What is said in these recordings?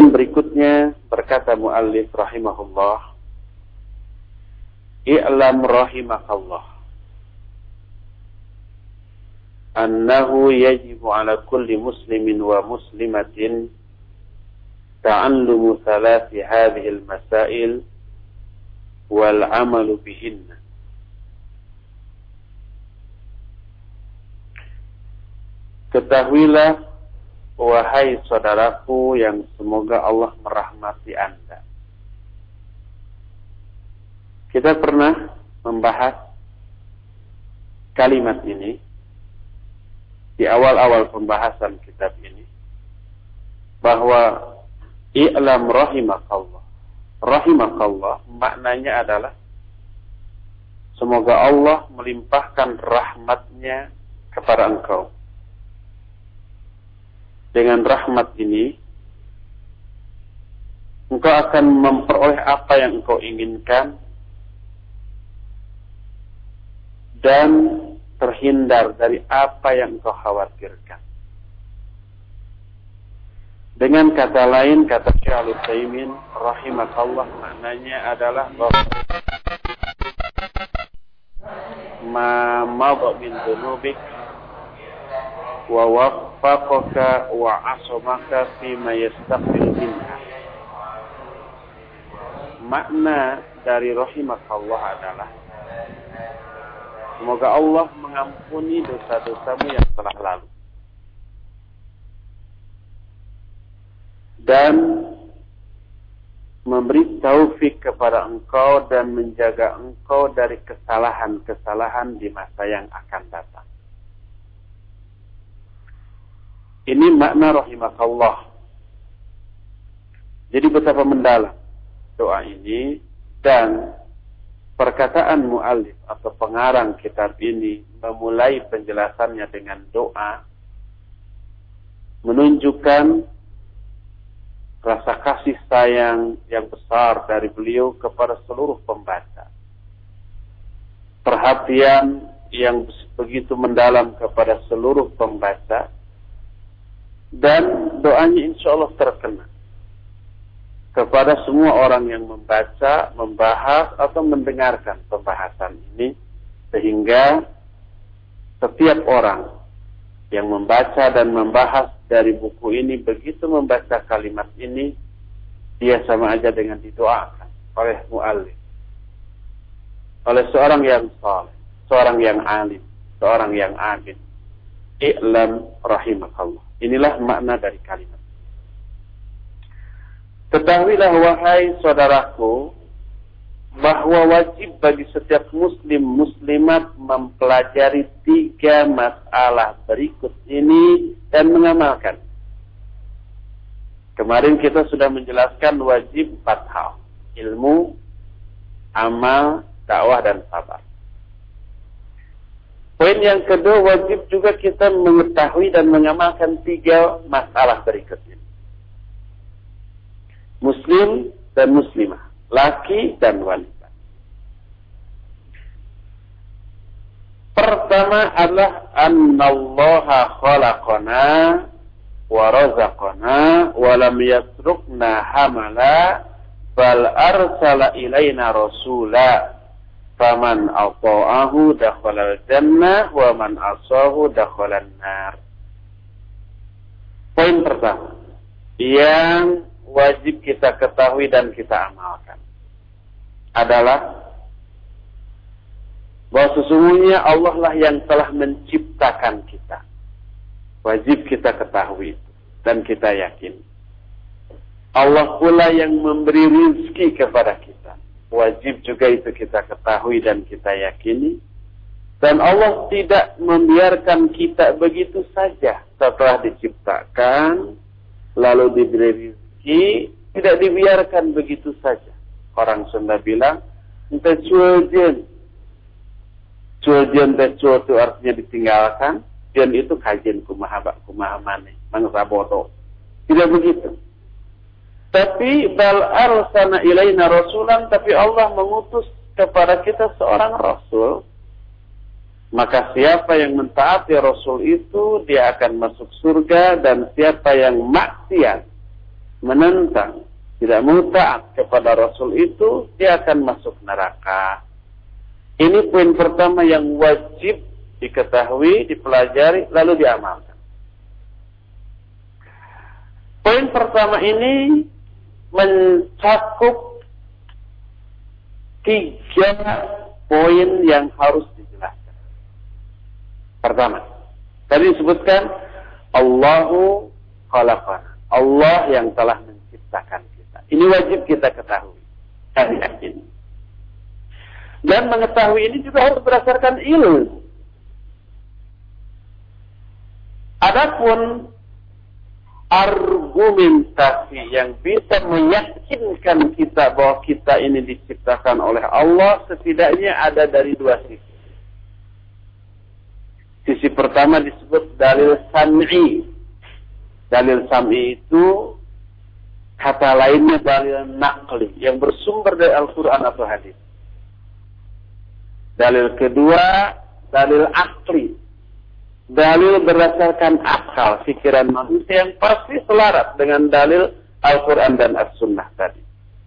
Kemudian berikutnya berkata muallif rahimahullah, i'lam rahimakallah annahu yajibu ala kulli muslimin wa muslimatin ta'allumu thalathi hadhihi al-masail wal 'amalu bihinna. Ketahuilah wahai saudaraku yang semoga Allah merahmati Anda. Kita pernah membahas kalimat ini di awal-awal pembahasan kitab ini, bahwa i'lam rahimakallah. Rahimakallah maknanya adalah semoga Allah melimpahkan rahmatnya kepada engkau. Dengan rahmat ini engkau akan memperoleh apa yang engkau inginkan dan terhindar dari apa yang engkau khawatirkan. Dengan kata lain, kata Syekh Al-Utsaimin rahimakallah, maknanya adalah bahwa ma madha min dzunubik wa waffaqaka wa asmaka fima yastaqbil minha. Makna dari rahimakallah adalah semoga Allah mengampuni dosa-dosamu yang telah lalu dan memberi taufik kepada engkau dan menjaga engkau dari kesalahan-kesalahan di masa yang akan datang. Ini makna rahimakallah. Jadi betapa mendalam doa ini, dan perkataan muallif atau pengarang kitab ini memulai penjelasannya dengan doa menunjukkan rasa kasih sayang yang besar dari beliau kepada seluruh pembaca. Perhatian yang begitu mendalam kepada seluruh pembaca, dan doanya insya Allah terkena kepada semua orang yang membaca, membahas, atau mendengarkan pembahasan ini, sehingga setiap orang yang membaca dan membahas dari buku ini, begitu membaca kalimat ini, dia sama aja dengan didoakan oleh muallif, oleh seorang yang saleh, seorang yang alim, seorang yang abid. I'lam rahimakallah. Inilah makna dari kalimat. Ketahuilah wahai saudaraku, bahwa wajib bagi setiap muslim muslimat mempelajari 3 masalah berikut ini dan mengamalkan. Kemarin kita sudah menjelaskan wajib 4 hal: ilmu, amal, dakwah, dan sabar. Poin yang kedua, wajib juga kita mengetahui dan mengamalkan 3 masalah berikut ini. Muslim dan muslimah, laki dan wanita. Pertama adalah annallaha khalaqana wa razaqana wa lam yatrukna hamala bal arsala ilaina rasula faman ata'ahu dakhalal jannah wa man asahu dakhalan nar. Poin pertama yang wajib kita ketahui dan kita amalkan adalah bahwa sesungguhnya Allah lah yang telah menciptakan kita. Wajib kita ketahui itu dan kita yakin. Allah pula yang memberi rezeki kepada kita. Wajib juga itu kita ketahui dan kita yakini. Dan Allah tidak membiarkan kita begitu saja setelah diciptakan lalu diberi rezeki, tidak dibiarkan begitu saja. Orang Sunda bilang, "Ente cueljen." Cueljen teh cuel itu artinya ditinggalkan, jen itu kajen kumaha maneh, mangsa bodoh. Tidak begitu. Tapi bal arsana ilaina rasulan, tapi Allah mengutus kepada kita seorang rasul. Maka siapa yang mentaati rasul itu, dia akan masuk surga, dan siapa yang maksiat menentang, tidak mau taat kepada Rasul itu, dia akan masuk neraka. Ini poin pertama yang wajib diketahui, dipelajari, lalu diamalkan. Poin pertama ini mencakup 3 poin yang harus dijelaskan. Pertama, tadi disebutkan Allahu khalaqana, Allah yang telah menciptakan kita. Ini wajib kita ketahui dan yakin. Dan mengetahui ini juga harus berdasarkan ilmu. Adapun argumentasi yang bisa meyakinkan kita bahwa kita ini diciptakan oleh Allah setidaknya ada dari 2 sisi. Sisi pertama disebut dalil sam'i. Dalil sam'i itu kata lainnya dalil naqli yang bersumber dari Al-Quran atau hadis. Dalil kedua dalil akli. Dalil berdasarkan akal, pikiran manusia yang pasti selaras dengan dalil Al-Quran dan As-Sunnah tadi.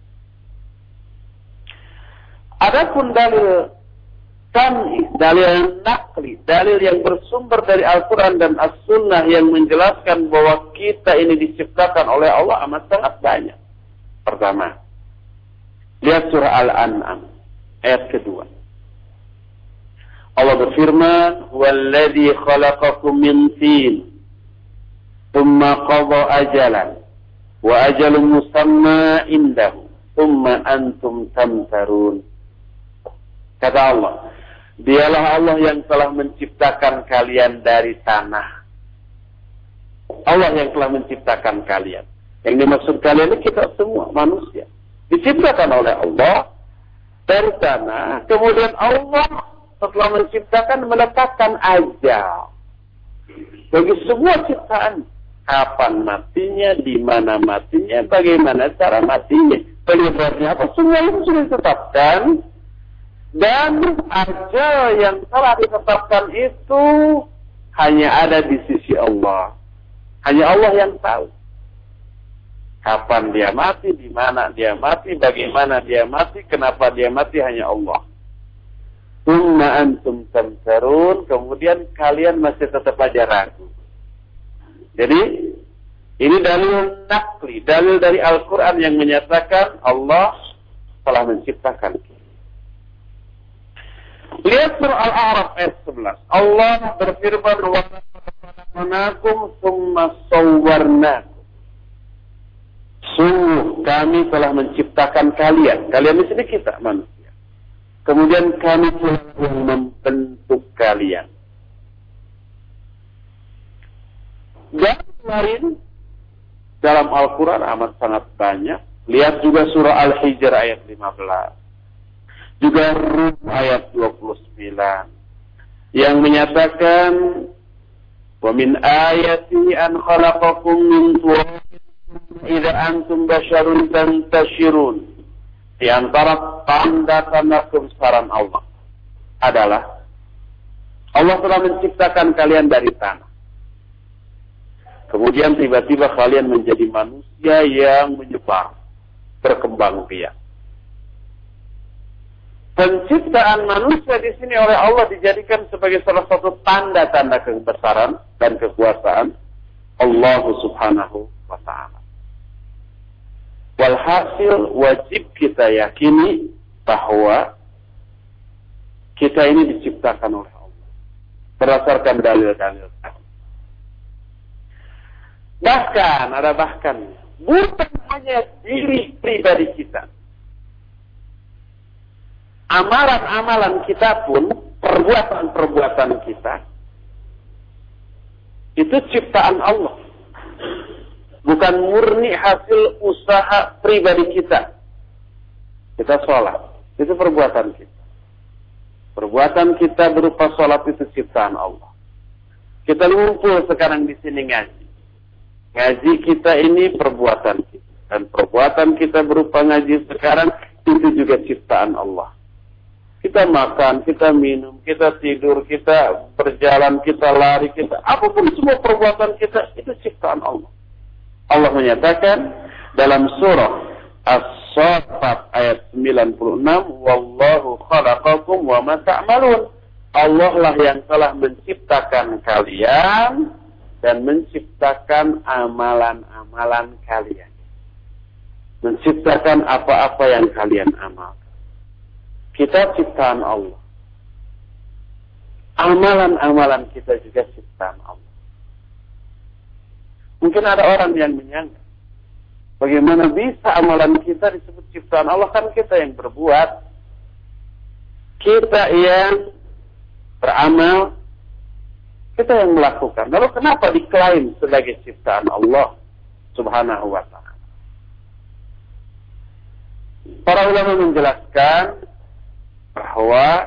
Adapun dalil sam'i, dalil nakli, dalil yang bersumber dari Al-Quran dan As-Sunnah yang menjelaskan bahwa kita ini diciptakan oleh Allah amat sangat banyak. Pertama, lihat surah Al-An'am, ayat kedua. Allah berfirman, "Walladzi khalaqakum min tin, tsumma qada ajalan, wa ajalun musamma indahu, tsumma antum tamtarun." Kata Allah, dialah Allah yang telah menciptakan kalian dari tanah. Allah yang telah menciptakan kalian. Yang dimaksud kalian ini kita semua manusia. Diciptakan oleh Allah dari tanah, kemudian Allah setelah menciptakan meletakkan ajal bagi semua ciptaan, kapan matinya, di mana matinya, bagaimana cara matinya, penyebabnya apa, semua itu sudah ditetapkan. Dan ajal yang telah ditetapkan itu hanya ada di sisi Allah. Hanya Allah yang tahu kapan dia mati, di mana dia mati, bagaimana dia mati, kenapa dia mati, hanya Allah. Tsumma antum tamtarun, kemudian kalian masih tetap aja ragu. Jadi ini dalil nakli, dalil dari Al-Quran yang menyatakan Allah telah menciptakan kita. Lihat surah Al-A'raf ayat 11. Allah berfirman, "Wa khalaqnakum tsumma sawwarnakum." Sungguh kami telah menciptakan kalian. Kalian di sini kita manusia. Kemudian kami telah membentuk kalian. Dan lain dalam Al-Quran amat sangat banyak. Lihat juga surah Al-Hijr ayat 15. Juga Rum ayat 29. Yang menyatakan, "Wa min ayati an khalaqakum min turabin idza antum basyarun tantashirun." Di antara tanda-tanda kebesaran Allah adalah Allah telah menciptakan kalian dari tanah. Kemudian tiba-tiba kalian menjadi manusia yang menyebar, berkembang biak. Penciptaan manusia di sini oleh Allah dijadikan sebagai salah satu tanda-tanda kebesaran dan kekuasaan Allah Subhanahu wa ta'ala. Walhasil wajib kita yakini bahwa kita ini diciptakan oleh Allah berdasarkan dalil-dalil. Bahkan ada bukan hanya diri pribadi kita, amalan-amalan kita pun, perbuatan-perbuatan kita itu ciptaan Allah. Bukan murni hasil usaha pribadi kita. Kita sholat, itu perbuatan kita. Perbuatan kita berupa sholat itu ciptaan Allah. Kita ngumpul sekarang di sini ngaji. Ngaji kita ini perbuatan kita. Dan perbuatan kita berupa ngaji sekarang itu juga ciptaan Allah. Kita makan, kita minum, kita tidur, kita berjalan, kita lari, kita apapun semua perbuatan kita itu ciptaan Allah. Allah menyatakan, dalam surah As-Saffat ayat 96, wallahu khalaqakum wa ma ta'malun. Allah lah yang telah menciptakan kalian dan menciptakan amalan-amalan kalian. Menciptakan apa-apa yang kalian amalkan. Kita ciptaan Allah. Amalan-amalan kita juga ciptaan Allah. Mungkin ada orang yang menyangka, bagaimana bisa amalan kita disebut ciptaan Allah? Kan kita yang berbuat. Kita yang beramal. Kita yang melakukan. Lalu kenapa diklaim sebagai ciptaan Allah Subhanahu wa ta'ala? Para ulama menjelaskan bahwa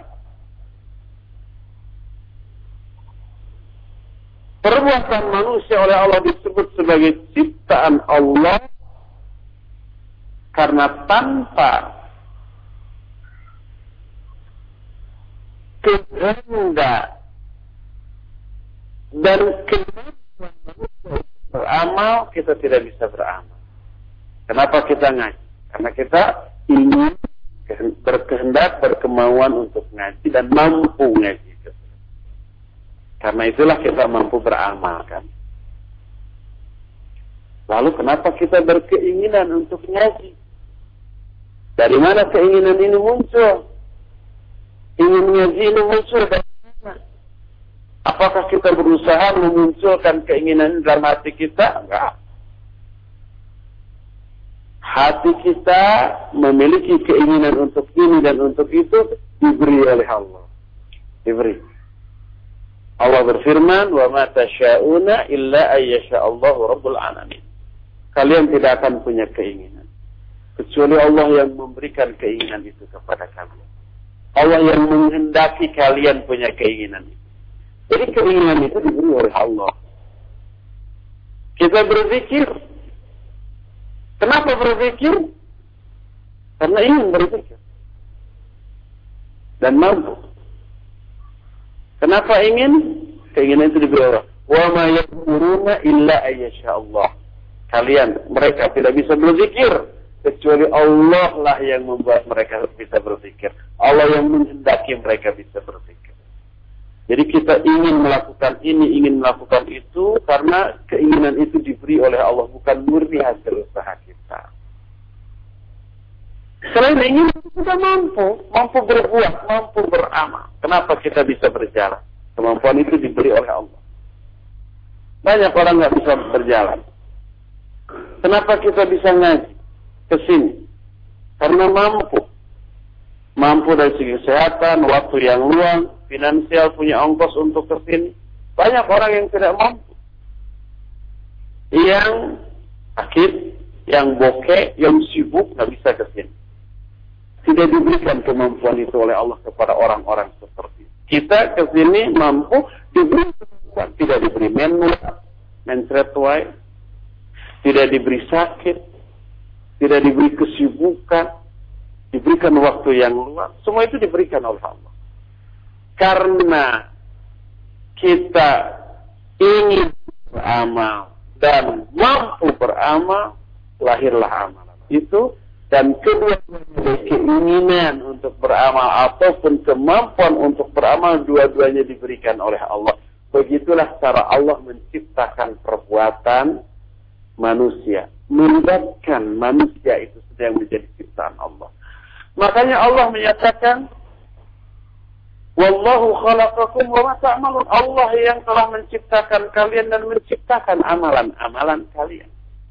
perbuatan manusia oleh Allah disebut sebagai ciptaan Allah karena tanpa kehendak dan kemampuan manusia beramal, kita tidak bisa beramal. Kenapa kita ngaji? Karena kita ingin berkehendak, berkemauan untuk ngaji dan mampu ngaji. Karena itulah kita mampu beramal, kan. Lalu kenapa kita berkeinginan untuk ngaji? Dari mana keinginan ini muncul? Ingin ngaji ini muncul dari mana? Apakah kita berusaha memunculkan keinginan dalam hati kita? Enggak. Hati kita memiliki keinginan untuk ini dan untuk itu, diberi oleh Allah. Diberi. Allah berfirman, wa ma tasyauna illa ayyasha'allahu rabbul alamin. Kalian tidak akan punya keinginan kecuali Allah yang memberikan keinginan itu kepada kalian. Allah yang menghendaki kalian punya keinginan itu. Jadi keinginan itu diberi oleh Allah. Kita berzikir. Kenapa berzikir? Karena ingin berzikir dan mampu. Kenapa ingin? Keinginan itu diberi Allah. Wa ma yaquluna illa ayyasha'allah. Kalian, mereka tidak bisa berzikir kecuali Allah lah yang membuat mereka bisa berzikir. Allah yang menghendaki mereka bisa berzikir. Jadi kita ingin melakukan ini, ingin melakukan itu karena keinginan itu diberi oleh Allah, bukan murni hasil usaha kita. Selain ingin, kita mampu berbuat, mampu beramal. Kenapa kita bisa berjalan? Kemampuan itu diberi oleh Allah. Banyak orang nggak bisa berjalan. Kenapa kita bisa ngaji ke sini? Karena mampu. Mampu dari segi kesehatan, waktu yang luang, finansial, punya ongkos untuk ke sini. Banyak orang yang tidak mampu. Yang sakit, yang bokeh, yang sibuk, nggak bisa ke sini. Tidak diberikan kemampuan itu oleh Allah kepada orang-orang seperti itu. Kita ke sini mampu, diberi kemampuan. Tidak diberi menstretway, tidak diberi sakit, tidak diberi kesibukan, diberikan waktu yang luang. Semua itu diberikan oleh Allah. Karena kita ingin beramal dan mampu beramal, lahirlah amalan itu. Dan kedua keinginan untuk beramal ataupun kemampuan untuk beramal, dua-duanya diberikan oleh Allah. Begitulah cara Allah menciptakan perbuatan manusia. Melibatkan manusia itu sedang menjadi ciptaan Allah. Makanya Allah menyatakan, wallahu khalaqakum wa ma ta'malun. Allah yang telah menciptakan kalian dan menciptakan amalan-amalan kalian.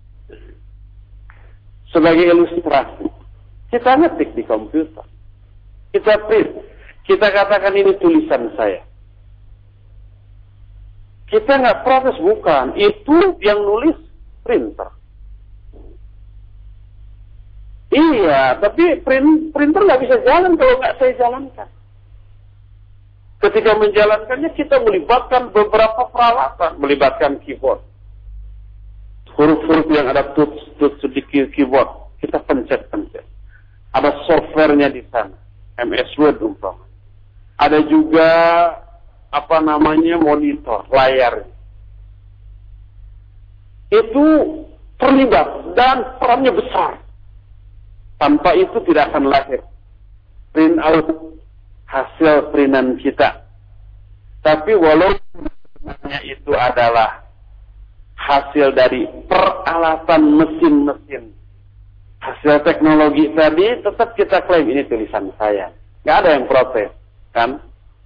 Sebagai ilustrasi, kita ngetik di komputer, kita print, kita katakan ini tulisan saya. Kita nggak protes, bukan. Itu yang nulis printer. Iya, tapi printer nggak bisa jalan kalau nggak saya jalankan. Ketika menjalankannya, kita melibatkan beberapa peralatan, melibatkan keyboard. Huruf-huruf yang ada tuts di keyboard, kita pencet-pencet. Ada softwarenya di sana, MS Word umpama. Ada juga monitor, layar. Itu terlibat dan perannya besar. Tanpa itu tidak akan lahir print out hasil printan kita. Tapi walaupun sebenarnya itu adalah hasil dari peralatan mesin-mesin, hasil teknologi tadi, tetap kita klaim ini tulisan saya. Nggak ada yang protes, kan?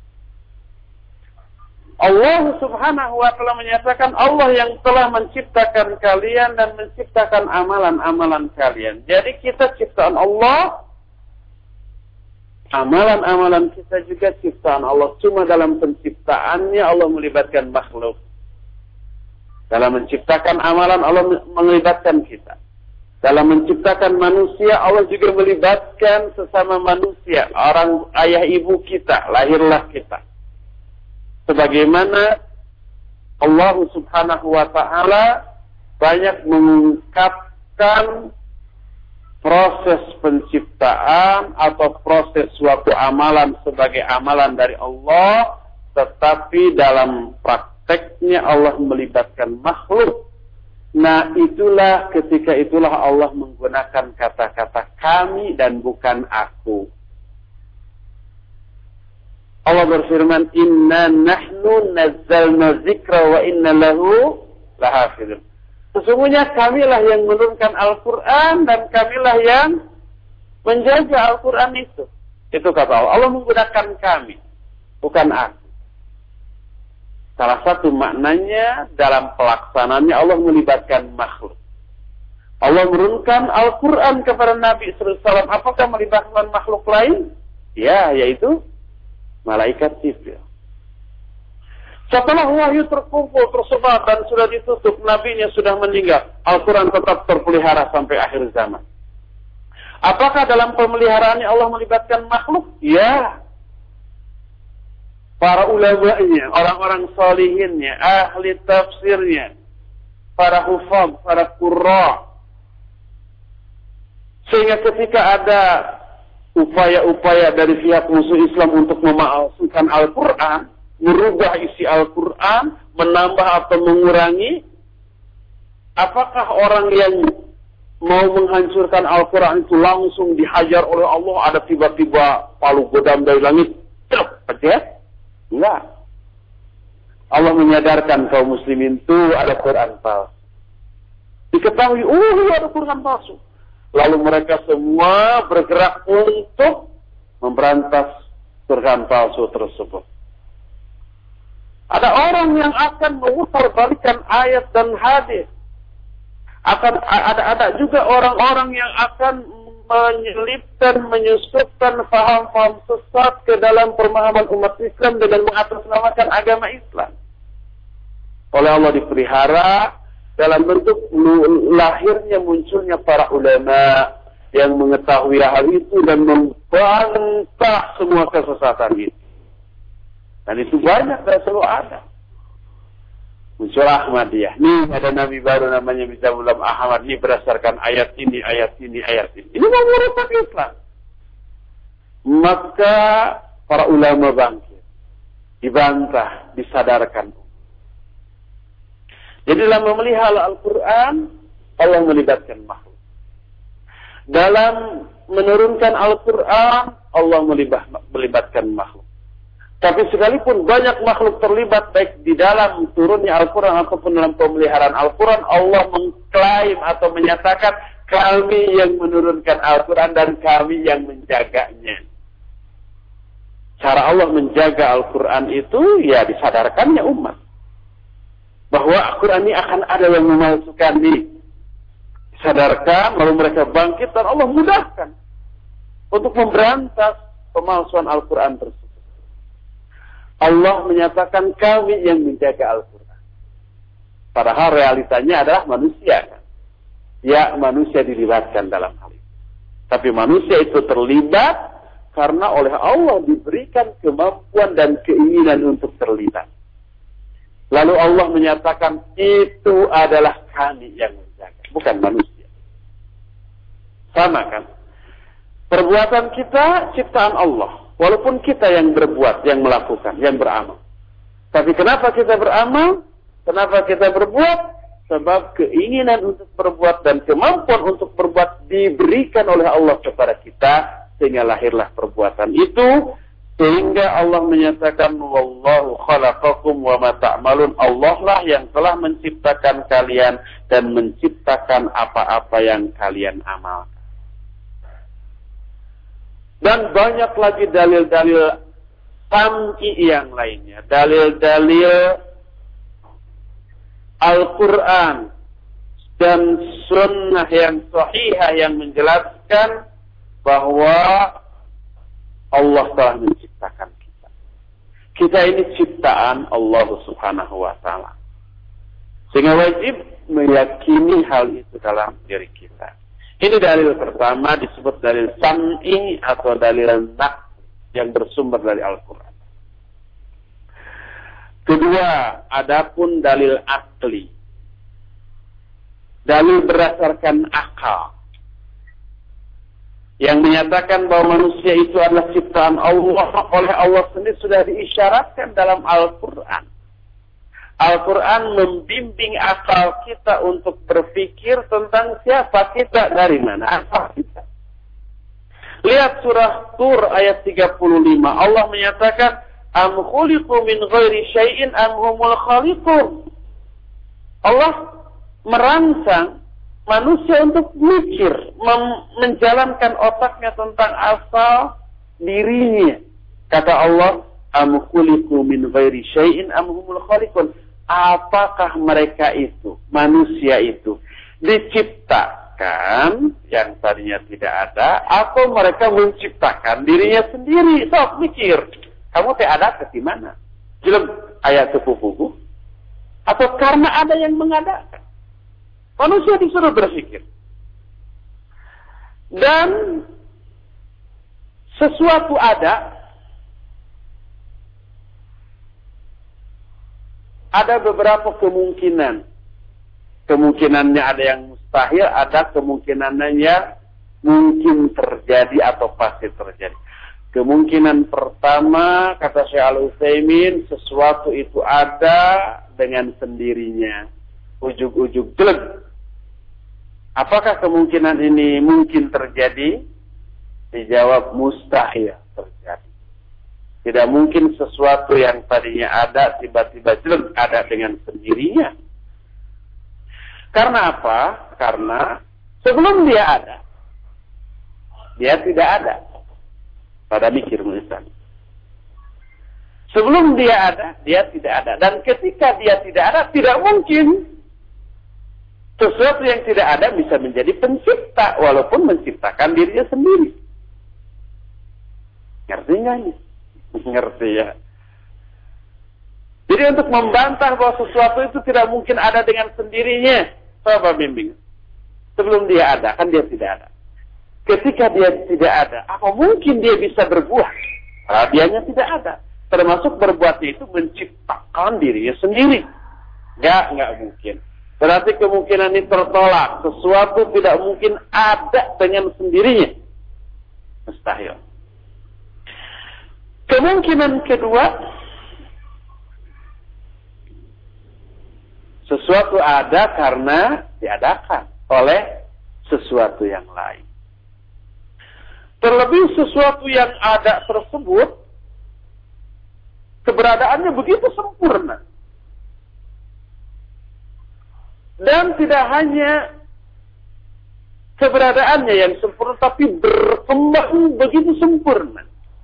Allah subhanahu wa ta'ala menyatakan Allah yang telah menciptakan kalian dan menciptakan amalan-amalan kalian. Jadi kita ciptaan Allah, amalan-amalan kita juga ciptaan Allah. Cuma dalam penciptaannya Allah melibatkan makhluk. Dalam menciptakan amalan Allah melibatkan kita. Dalam menciptakan manusia Allah juga melibatkan sesama manusia. Orang ayah ibu kita, lahirlah kita. Sebagaimana Allah subhanahu wa ta'ala banyak mengungkapkan proses penciptaan atau proses suatu amalan sebagai amalan dari Allah, tetapi dalam prakteknya Allah melibatkan makhluk. Nah, ketika itulah Allah menggunakan kata-kata kami dan bukan aku. Allah berfirman, inna nahnu nazzalna dzikra wa inna lahu lahafizun. Sesungguhnya kamilah yang menurunkan Al-Quran dan kamilah yang menjaga Al-Quran itu. Itu kata Allah. Allah menggunakan kami, bukan aku. Salah satu maknanya dalam pelaksanaannya Allah melibatkan makhluk. Allah menurunkan Al-Quran kepada Nabi SAW. Apakah melibatkan makhluk lain? Ya, yaitu malaikat Jibril. Setelah wahyu terkumpul, tersebar dan sudah ditutup, nabinya sudah meninggal, Al-Quran tetap terpelihara sampai akhir zaman. Apakah dalam pemeliharaannya Allah melibatkan makhluk? Ya. Para ulamanya, orang-orang solihinnya, ahli tafsirnya, para hufaz, para qurra. Sehingga ketika ada upaya-upaya dari pihak musuh Islam untuk memalsukan Al-Quran, merubah isi Al-Quran, menambah atau mengurangi, apakah orang yang mau menghancurkan Al-Quran itu langsung dihajar oleh Allah, ada tiba-tiba palu godam dari langit, aja? Enggak. Allah menyadarkan kaum muslimin itu ada Quran palsu. Diketahui, ada Quran palsu. Lalu mereka semua bergerak untuk memberantas Quran palsu tersebut. Ada orang yang akan memutarbalikkan ayat dan hadis. Ada juga orang-orang yang akan menyelipkan, menyusupkan faham-faham sesat ke dalam pemahaman umat Islam dengan mengatasnamakan agama Islam. Oleh Allah dipelihara dalam bentuk lahirnya munculnya para ulama yang mengetahui hal itu dan membantah semua kesesatan itu. Dan itu banyak dan selalu ada. Muncul Ahmadiyah. Nih ada nabi baru namanya Mirza Ghulam Ahmad. Ini berdasarkan ayat ini, ayat ini, ayat ini. Ini mau merusak Islam. Maka para ulama bangkit. Dibantah, disadarkan. Jadi dalam memelihara Al-Quran, Allah melibatkan makhluk. Dalam menurunkan Al-Quran, Allah melibatkan makhluk. Tapi sekalipun banyak makhluk terlibat baik di dalam turunnya Al-Quran ataupun dalam pemeliharaan Al-Quran, Allah mengklaim atau menyatakan kami yang menurunkan Al-Quran dan kami yang menjaganya. Cara Allah menjaga Al-Quran itu ya disadarkannya umat. Bahwa Al-Quran ini akan ada yang memalsukan ini. Disadarkan, lalu mereka bangkit dan Allah mudahkan untuk memberantas pemalsuan Al-Quran tersebut. Allah menyatakan kami yang menjaga Al-Quran. Padahal realitanya adalah manusia. Kan? Ya, manusia dilibatkan dalam hal itu. Tapi manusia itu terlibat karena oleh Allah diberikan kemampuan dan keinginan untuk terlibat. Lalu Allah menyatakan itu adalah kami yang menjaga, bukan manusia. Sama kan? Perbuatan kita ciptaan Allah. Walaupun kita yang berbuat, yang melakukan, yang beramal. Tapi kenapa kita beramal? Kenapa kita berbuat? sebab keinginan untuk berbuat dan kemampuan untuk berbuat diberikan oleh Allah kepada kita, sehingga lahirlah perbuatan itu. Sehingga Allah menyatakan, wallahu khalaqakum wa ma ta'malun. Allah lah yang telah menciptakan kalian dan menciptakan apa-apa yang kalian amalkan. Dan banyak lagi dalil-dalil sam'i yang lainnya. Dalil-dalil Al-Quran dan sunnah yang sahihah yang menjelaskan bahwa Allah telah menciptakan kita. Kita ini ciptaan Allah Subhanahu wa ta'ala. Sehingga wajib meyakini hal itu dalam diri kita. Ini dalil pertama, disebut dalil sam'i atau dalil naql yang bersumber dari Al-Quran. Kedua, adapun dalil akli. Dalil berdasarkan akal. Yang menyatakan bahwa manusia itu adalah ciptaan Allah, oleh Allah sendiri sudah diisyaratkan dalam Al-Quran. Al-Quran membimbing akal kita untuk berpikir tentang siapa kita, dari mana asal kita. Lihat surah Tur ayat 35. Allah menyatakan, am khuliqu min ghairi syai'in am humul khaliqun. Allah merangsang manusia untuk mikir, menjalankan otaknya tentang asal dirinya. Kata Allah, am khuliqu min ghairi syai'in am humul khaliqun. Apakah mereka itu, manusia itu, diciptakan yang tadinya tidak ada, atau mereka menciptakan dirinya sendiri? Sok mikir. Kamu teh ada ke mana? Jelem ayat sepupuku. Atau karena ada yang mengadakan? Manusia disuruh berpikir. Dan sesuatu ada beberapa kemungkinan. Kemungkinannya ada yang mustahil, ada kemungkinannya yang mungkin terjadi atau pasti terjadi. Kemungkinan pertama, kata Syekh Al-Utsaimin, sesuatu itu ada dengan sendirinya. Ujug-ujug jelek. Apakah kemungkinan ini mungkin terjadi? Dijawab mustahil terjadi. Tidak mungkin sesuatu yang tadinya ada tiba-tiba jelek ada dengan sendirinya. Karena apa? Karena sebelum dia ada, dia tidak ada. Pada mikir misalnya. Sebelum dia ada, dia tidak ada. Dan ketika dia tidak ada, tidak mungkin sesuatu yang tidak ada bisa menjadi pencipta, walaupun menciptakan dirinya sendiri. Ngerti nggak nih? Ngerti ya. Jadi untuk membantah bahwa sesuatu itu tidak mungkin ada dengan sendirinya, coba bimbing. Sebelum dia ada, kan dia tidak ada. Ketika dia tidak ada, apa mungkin dia bisa berbuat? Karena dianya tidak ada. Termasuk berbuatnya itu menciptakan dirinya sendiri. Nggak mungkin. Berarti kemungkinan ini tertolak. Sesuatu tidak mungkin ada dengan sendirinya. Mustahil. Kemungkinan kedua, sesuatu ada karena diadakan oleh sesuatu yang lain. Terlebih sesuatu yang ada tersebut, keberadaannya begitu sempurna. Dan tidak hanya keberadaannya yang sempurna, tapi berkembang begitu sempurna.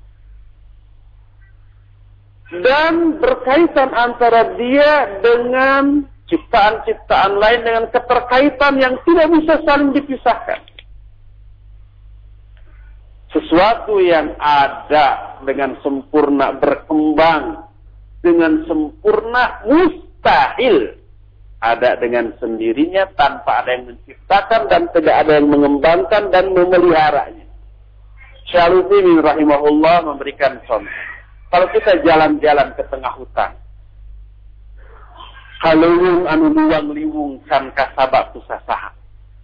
Dan berkaitan antara dia dengan ciptaan-ciptaan lain dengan keterkaitan yang tidak bisa saling dipisahkan. Sesuatu yang ada dengan sempurna, berkembang dengan sempurna, mustahil ada dengan sendirinya tanpa ada yang menciptakan dan tidak ada yang mengembangkan dan memeliharanya. Syaikhul rahimahullah memberikan contoh. Kalau kita jalan-jalan ke tengah hutan, kalung anu luang liwung kan kasabak kusasaha.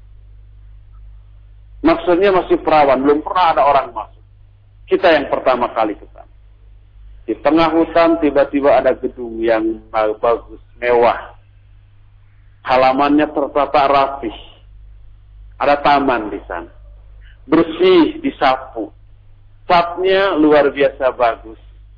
Maksudnya masih perawan, belum pernah ada orang masuk. Kita yang pertama kali ke sana. Di tengah hutan tiba-tiba ada gedung yang bagus, mewah. Halamannya tertata rapih. Ada taman di sana. Bersih, disapu. Catnya luar biasa bagus.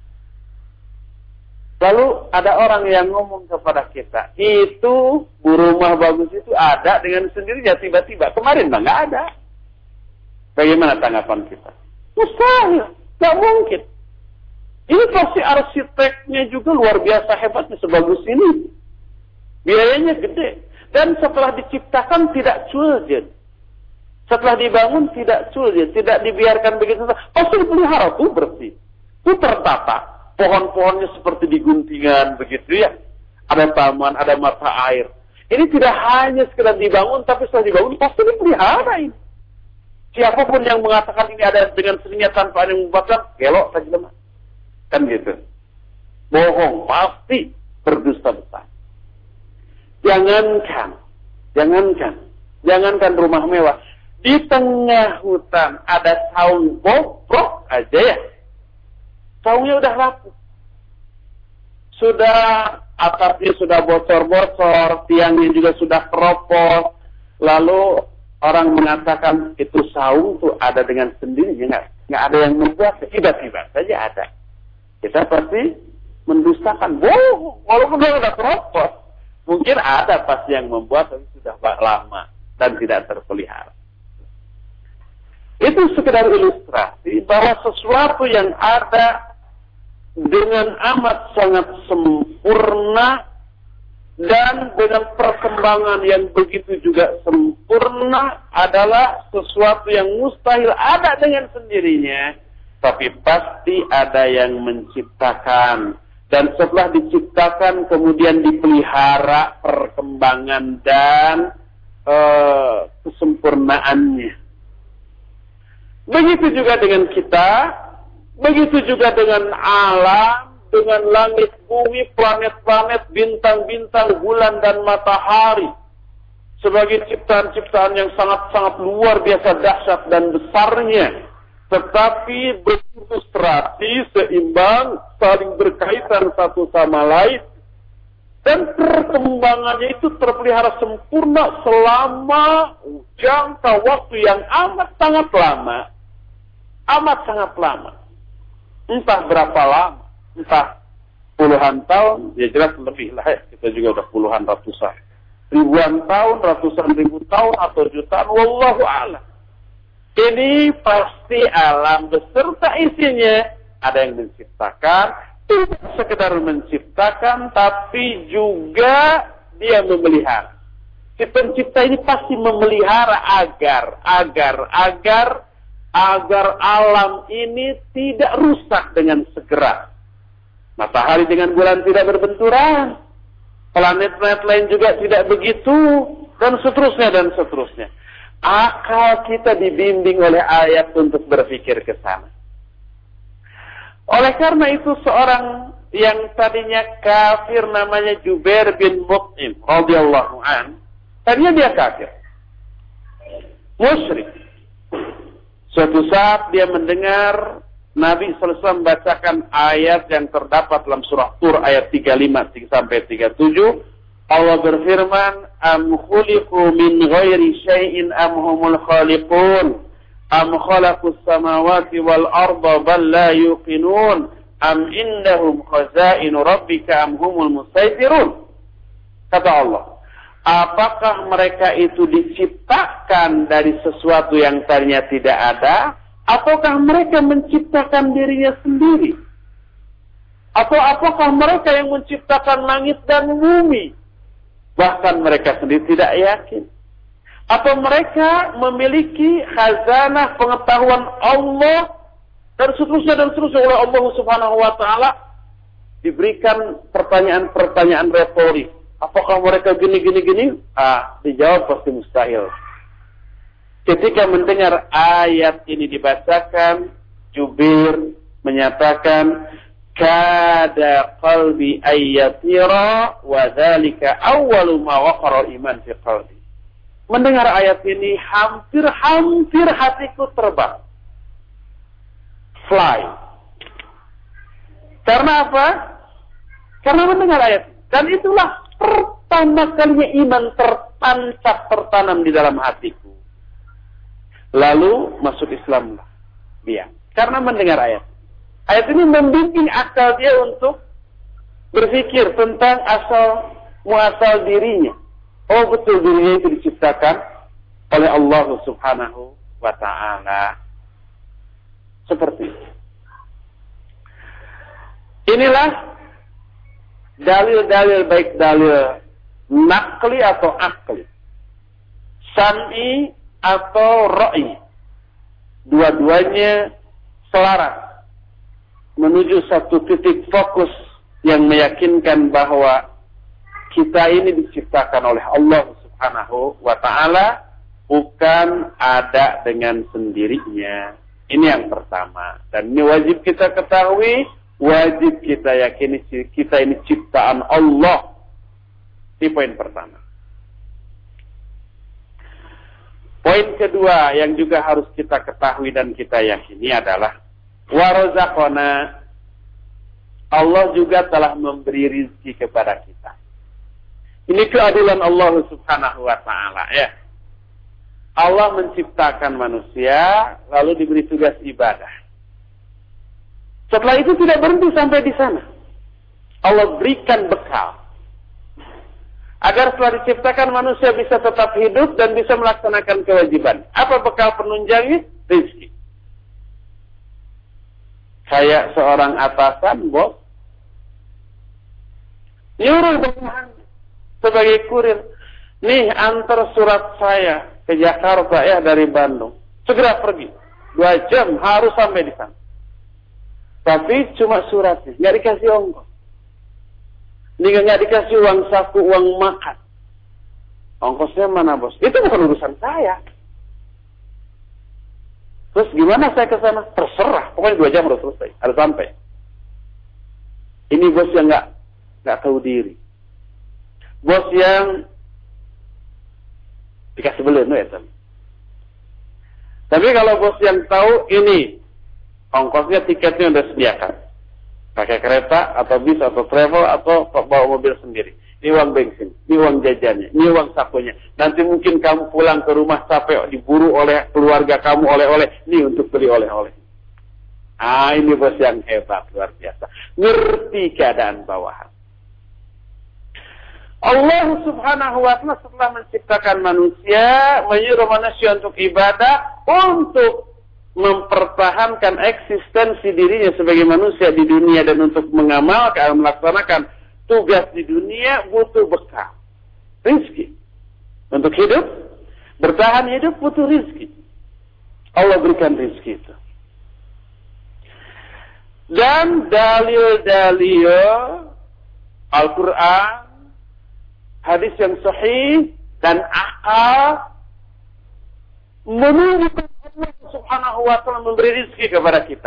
Lalu ada orang yang ngomong kepada kita, itu rumah bagus itu ada dengan sendirinya tiba-tiba. Kemarin nggak ada. Bagaimana tanggapan kita? Mustahil, nggak mungkin. Ini pasti arsiteknya juga luar biasa hebatnya sebagus ini. Biayanya gede. Dan setelah diciptakan tidak sulit. Setelah dibangun tidak sulit, tidak dibiarkan begitu saja. Pasti dipelihara tuh bersih, tuh tertata. Pohon-pohonnya seperti di guntingan begitu ya. Ada taman, ada mata air. Ini tidak hanya sekedar dibangun, tapi setelah dibangun pasti dipelihara ini. Siapapun yang mengatakan ini ada dengan sendirinya tanpa ada yang membuatkan, gelok saja lemah. Kan gitu. Bohong, pasti berdusta besar. Jangankan rumah mewah. Di tengah hutan ada saung bobrok aja ya. Saungnya udah rapuh. Sudah atapnya sudah bocor-bocor, tiangnya juga sudah keropos. Lalu orang mengatakan itu saung tuh ada dengan sendirinya, nggak ada yang membuat, tiba-tiba saja ada. Kita pasti mendustakan, bohong, walaupun udah keropos. Mungkin ada pasti yang membuat, tapi sudah lama dan tidak terpelihara. Itu sekedar ilustrasi bahwa sesuatu yang ada dengan amat sangat sempurna dan dengan perkembangan yang begitu juga sempurna adalah sesuatu yang mustahil ada dengan sendirinya, tapi pasti ada yang menciptakan. Dan setelah diciptakan kemudian dipelihara perkembangan dan kesempurnaannya. Begitu juga dengan kita, begitu juga dengan alam, dengan langit, bumi, planet-planet, bintang-bintang, bulan dan matahari. Sebagai ciptaan-ciptaan yang sangat-sangat luar biasa dahsyat dan besarnya. Tetapi berilustrasi, seimbang, saling berkaitan satu sama lain. Dan perkembangannya itu terpelihara sempurna selama jangka waktu yang amat sangat lama. Amat sangat lama. Entah berapa lama. Entah puluhan tahun. Ya jelas lebih lah ya. Kita juga udah puluhan, ratusan. Ribuan tahun, ratusan ribu tahun, atau jutaan. Wallahu a'lam. Ini pasti alam beserta isinya. Ada yang menciptakan, tidak sekedar menciptakan, tapi juga dia memelihara. Si pencipta ini pasti memelihara agar alam ini tidak rusak dengan segera. Matahari dengan bulan tidak berbenturan. Planet-planet lain juga tidak begitu. Dan seterusnya. Akal kita dibimbing oleh ayat untuk berpikir ke sana. Oleh karena itu seorang yang tadinya kafir namanya Jubair bin Mut'im radhiyallahu an, tadinya dia kafir, musyrik. Suatu saat dia mendengar Nabi sallallahu alaihi wasallam membacakan ayat yang terdapat dalam surah Tur ayat 35 sampai 37. Allah berfirman, am khuliqu min ghairi syai'in am humul khaliqun am khalaqus samawati wal arda bal la yuqinun am indahum khazainu rabbika am humul musaytirun. Kata Allah, apakah mereka itu diciptakan dari sesuatu yang tadinya tidak ada, ataukah mereka menciptakan dirinya sendiri? Atau apakah mereka yang menciptakan langit dan bumi? Bahkan mereka sendiri tidak yakin. Atau mereka memiliki khazanah pengetahuan Allah dan seterusnya oleh Allah Subhanahu wa taala. Diberikan pertanyaan-pertanyaan retoris. Apakah mereka gini? Dijawab pasti mustahil. Ketika mendengar ayat ini dibacakan, Jubair menyatakan, kada qalbi ayyatira wa dzalika awwalu ma waqara iman fi qalbi. Mendengar ayat ini hampir hatiku terbang. Fly. Karena apa? Karena mendengar ayat. Dan itulah pertama kalinya iman tertancap, tertanam di dalam hatiku. Lalu masuk Islamlah dia. Karena mendengar ayat. Ayat ini membimbing akal dia untuk berpikir tentang asal muasal dirinya. Oh betul, dirinya itu diciptakan oleh Allah Subhanahu wa ta'ala. Seperti itu. Inilah dalil-dalil, baik dalil nakli atau akli, sam'i atau ra'i. Dua-duanya selaras menuju satu titik fokus yang meyakinkan bahwa kita ini diciptakan oleh Allah Subhanahu wa ta'ala, bukan ada dengan sendirinya. Ini yang pertama. Dan ini wajib kita ketahui, wajib kita yakini kita ini ciptaan Allah. Ini poin pertama. Poin kedua yang juga harus kita ketahui dan kita yakini adalah warazaqana, Allah juga telah memberi rizki kepada kita. Ini keadilan Allah Subhanahu wa ta'ala ya. Allah menciptakan manusia lalu diberi tugas ibadah. Setelah itu tidak berhenti sampai di sana. Allah berikan bekal agar setelah diciptakan manusia bisa tetap hidup dan bisa melaksanakan kewajiban. Apa bekal penunjangnya? Rizki. Kayak seorang atasan, bos, nyuruh bawahan sebagai kurir, nih antar surat saya ke Jakarta ya dari Bandung. Segera pergi. 2 jam harus sampai di sana. Tapi cuma suratnya, nggak dikasih ongkos. Nggak dikasih uang saku, uang makan. Ongkosnya mana bos? Itu bukan urusan saya. Terus gimana saya ke sana? Terserah. Pokoknya 2 jam harus selesai, harus sampai. Ini bos yang nggak tahu diri. Bos yang dikasih belen ya. Tapi kalau bos yang tahu ini ongkosnya, tiketnya udah sediakan, pakai kereta atau bis atau travel atau bawa mobil sendiri. Ini uang bensin, ini uang jajannya, ini uang sakunya. Nanti mungkin kamu pulang ke rumah capek, diburu oleh keluarga kamu oleh-oleh. Ini untuk beli oleh-oleh. Ini bos yang hebat, luar biasa. Ngerti keadaan bawahan. Allah Subhanahu wa ta'ala setelah menciptakan manusia, menyuruh manusia untuk ibadah, untuk mempertahankan eksistensi dirinya sebagai manusia di dunia dan untuk mengamalkan, melaksanakan tugas di dunia, butuh bekal. Rizki. Untuk hidup, bertahan hidup butuh rizki. Allah berikan rizki itu. Dan dalil-dalil Al-Quran, hadis yang sahih dan akal menunjukkan Allah Subhanahu wa ta'ala memberi rizki kepada kita.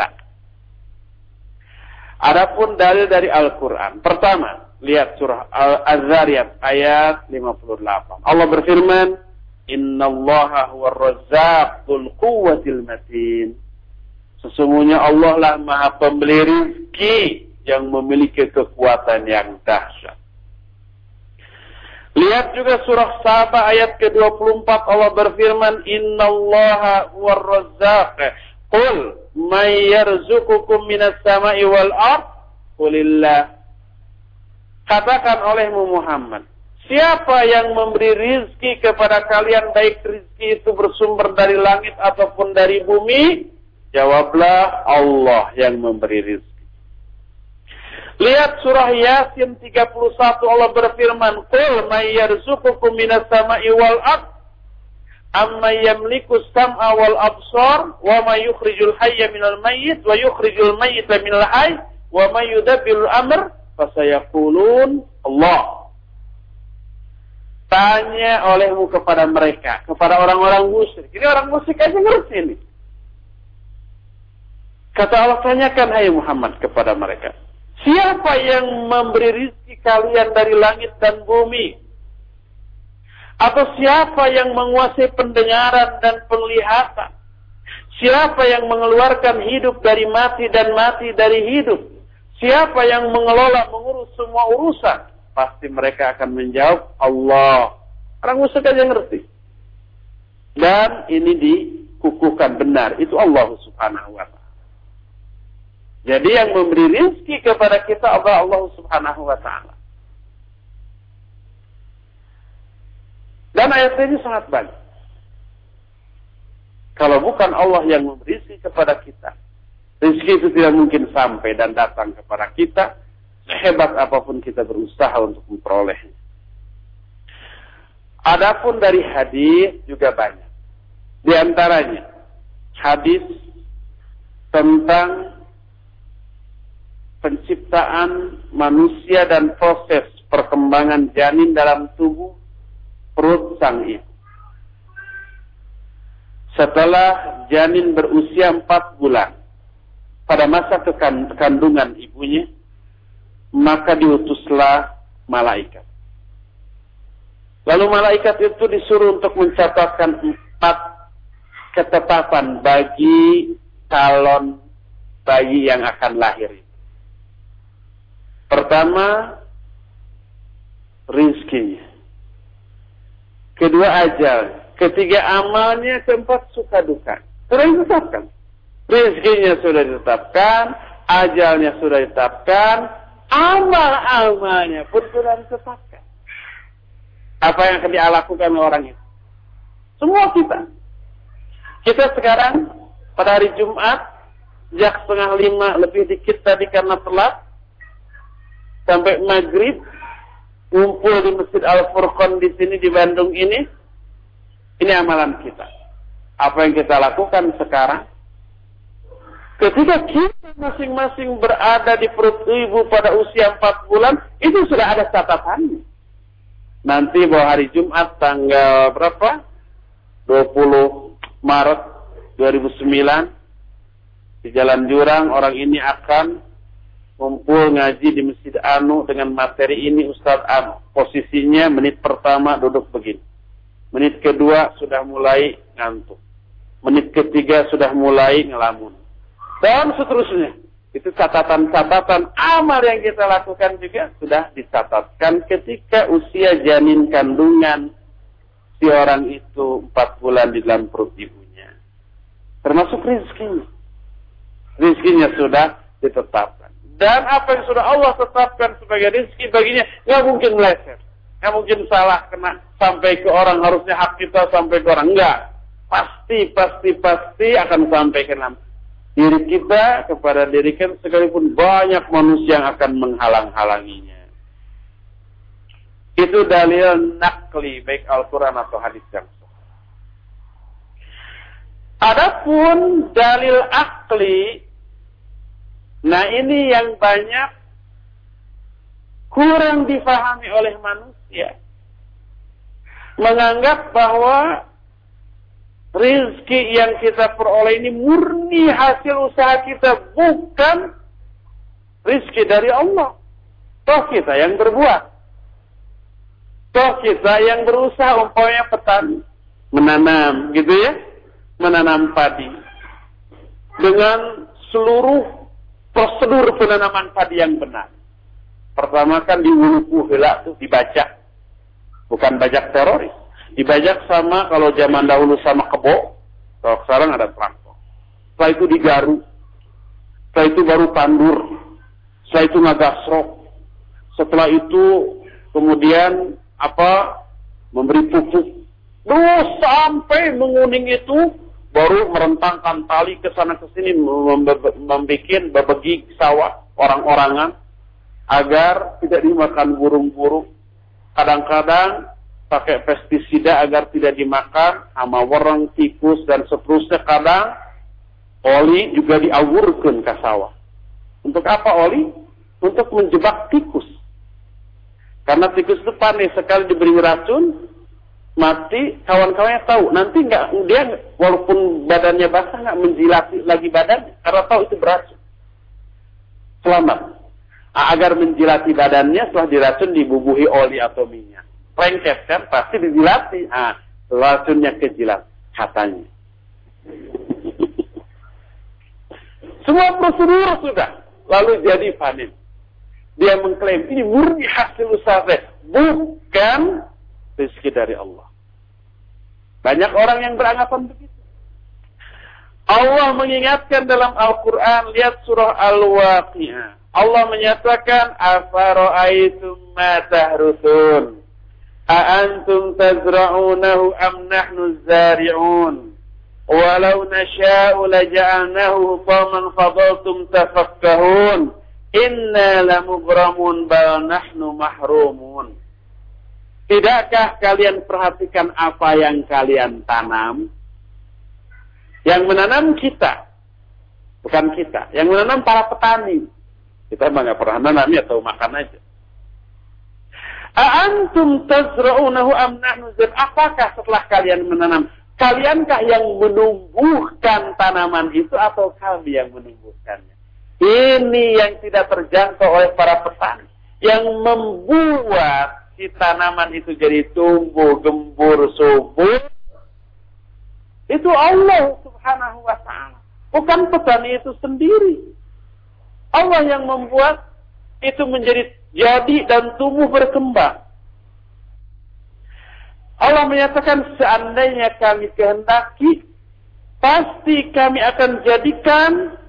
Adapun dalil dari Al-Quran, pertama, lihat surah Az-Zariyat ayat 58. Allah berfirman, Innallaha huwar razzaqul quwwatil matin. Sesungguhnya Allah lah Maha Pemberi rizki yang memiliki kekuatan yang dahsyat. Lihat juga surah Saba ayat ke-24, Allah berfirman, Innallaha huwar razzaq. Qul may yarzuqukum minas sama'i wal ard? Qulillah. Katakan olehmu Muhammad, siapa yang memberi rizki kepada kalian, baik rizki itu bersumber dari langit ataupun dari bumi? Jawablah, Allah yang memberi rizki. Lihat surah Yasin 31, Allah berfirman, Qul may yarzuqukum minas sama'i wal ard amma yamliku sam'a wal absar wa may yukhrijul hayya minal mayyit wa yukhrijul mayyita minal hayy wa may yudabbirul amr fasayaqulun Allah. Tanya olehmu kepada mereka, kepada orang-orang musyrik. Ini orang musyrik aja ngerti ini. Kata Allah, tanyakan hai Muhammad kepada mereka, siapa yang memberi rizki kalian dari langit dan bumi? Atau siapa yang menguasai pendengaran dan penglihatan? Siapa yang mengeluarkan hidup dari mati dan mati dari hidup? Siapa yang mengelola, mengurus semua urusan? pasti mereka akan menjawab Allah. Orang musyrik aja ngerti. Dan ini dikukuhkan benar, itu Allah Subhanahu wa ta'ala. Jadi yang memberi rizki kepada kita Allah Subhanahu wa ta'ala. Dan ayat ini sangat banyak. Kalau bukan Allah yang memberi rizki kepada kita, rizki itu tidak mungkin sampai dan datang kepada kita, sehebat apapun kita berusaha untuk memperolehnya. Adapun dari hadis juga banyak. Di antaranya hadis tentang penciptaan manusia dan proses perkembangan janin dalam tubuh perut sang ibu. Setelah janin berusia 4 bulan, pada masa kandungan ibunya, maka diutuslah malaikat. Lalu malaikat itu disuruh untuk mencatatkan 4 ketetapan bagi calon bayi yang akan lahir. Pertama, rizkinya. Kedua, ajal. Ketiga, amalnya. Keempat, suka duka. Sudah ditetapkan. Rizkinya sudah ditetapkan, ajalnya sudah ditetapkan, amal-amalnya pun sudah ditetapkan. Apa yang akan dilakukan orang itu? Semua kita. Kita sekarang pada hari Jumat, sejak 4:30 lebih dikit tadi karena telat, sampai maghrib, ngumpul di Masjid Al-Furqan di sini di Bandung ini. Ini amalan kita. Apa yang kita lakukan sekarang? Ketika kita masing-masing berada di perut ibu pada usia 4 bulan, itu sudah ada catatannya. Nanti bahwa hari Jumat tanggal berapa? 20 Maret 2009 di Jalan Jurang, orang ini akan ngumpul ngaji di Masjid Anu dengan materi ini Ustadz Anu. Posisinya menit pertama duduk begini. Menit kedua sudah mulai ngantuk. Menit ketiga sudah mulai ngelamun. Dan seterusnya. Itu catatan-catatan amal yang kita lakukan juga sudah dicatatkan ketika usia janin kandungan si orang itu 4 bulan di dalam perut ibunya. Termasuk rizkinya. Rizkinya sudah ditetapkan. Dan apa yang sudah Allah tetapkan sebagai rizki baginya nggak mungkin meleset. Nggak mungkin salah kena sampai ke orang, harusnya hak kita sampai ke orang. Enggak. Pasti akan sampai ke diri kita kepada diri kita, sekalipun banyak manusia yang akan menghalang-halanginya. Itu dalil nakli, baik Al-Quran atau hadis yang sahih. Adapun dalil akli, nah ini yang banyak kurang difahami oleh manusia. Menganggap bahwa rizki yang kita peroleh ini murni hasil usaha kita, bukan rizki dari Allah. Toh kita yang berbuat. Toh kita yang berusaha, umpamanya petani menanam, gitu ya, menanam padi dengan seluruh prosedur penanaman padi yang benar. Pertama kan diwuluku helak tuh dibajak. Bukan bajak teroris. Dibajak sama kalau zaman dahulu sama kebo. Kalau sekarang ada traktor. Setelah itu digaru. Setelah itu baru tandur. Setelah itu ngagasrok. Setelah itu kemudian memberi pupuk. Terus sampai menguning itu baru merentangkan tali ke sana ke sini, membuat babegi sawah orang-orangan agar tidak dimakan burung-burung. Kadang-kadang pakai pestisida agar tidak dimakan hama wereng, tikus dan seterusnya. Kadang oli juga diawurkeun ke sawah. Untuk apa oli? Untuk menjebak tikus. Karena tikus itu panik, sekali diberi racun mati, kawan-kawannya tahu. Nanti dia walaupun badannya basah nggak menjilati lagi badannya karena tahu itu beracun. Selamat. Agar menjilati badannya setelah diracun dibubuhi oli atau minyak. Lengket kan, pasti dijilati. Racunnya kejilat, katanya. Semua prosedur sudah. Lalu jadi panen. Dia mengklaim ini murni hasil usaha saya, bukan rezeki dari Allah. Banyak orang yang beranggapan begitu. Allah mengingatkan dalam Al-Quran, lihat surah Al-Waqi'ah. Allah menyatakan, afara'aitum ma tahrusun, a'antum tazra'unahu am nahnu zari'un, walau nasha'u laja'alnahu hutaman fadaltum tafakkahun, inna lamughramun bal nahnu mahrumun. Tidakkah kalian perhatikan apa yang kalian tanam? Yang menanam kita, bukan kita. Yang menanam para petani. Kita nggak pernah nanam, ya tahu makan aja. A'antum tazra'unahu am nahnu zari'un. Apakah setelah kalian menanam, kaliankah yang menumbuhkan tanaman itu atau kami yang menumbuhkannya? Ini yang tidak terjangkau oleh para petani. Yang membuat si tanaman itu jadi tumbuh, gembur, subur, itu Allah Subhanahu wa ta'ala. Bukan petani itu sendiri. Allah yang membuat itu menjadi jadi dan tumbuh berkembang. Allah menyatakan seandainya kami kehendaki, pasti kami akan jadikan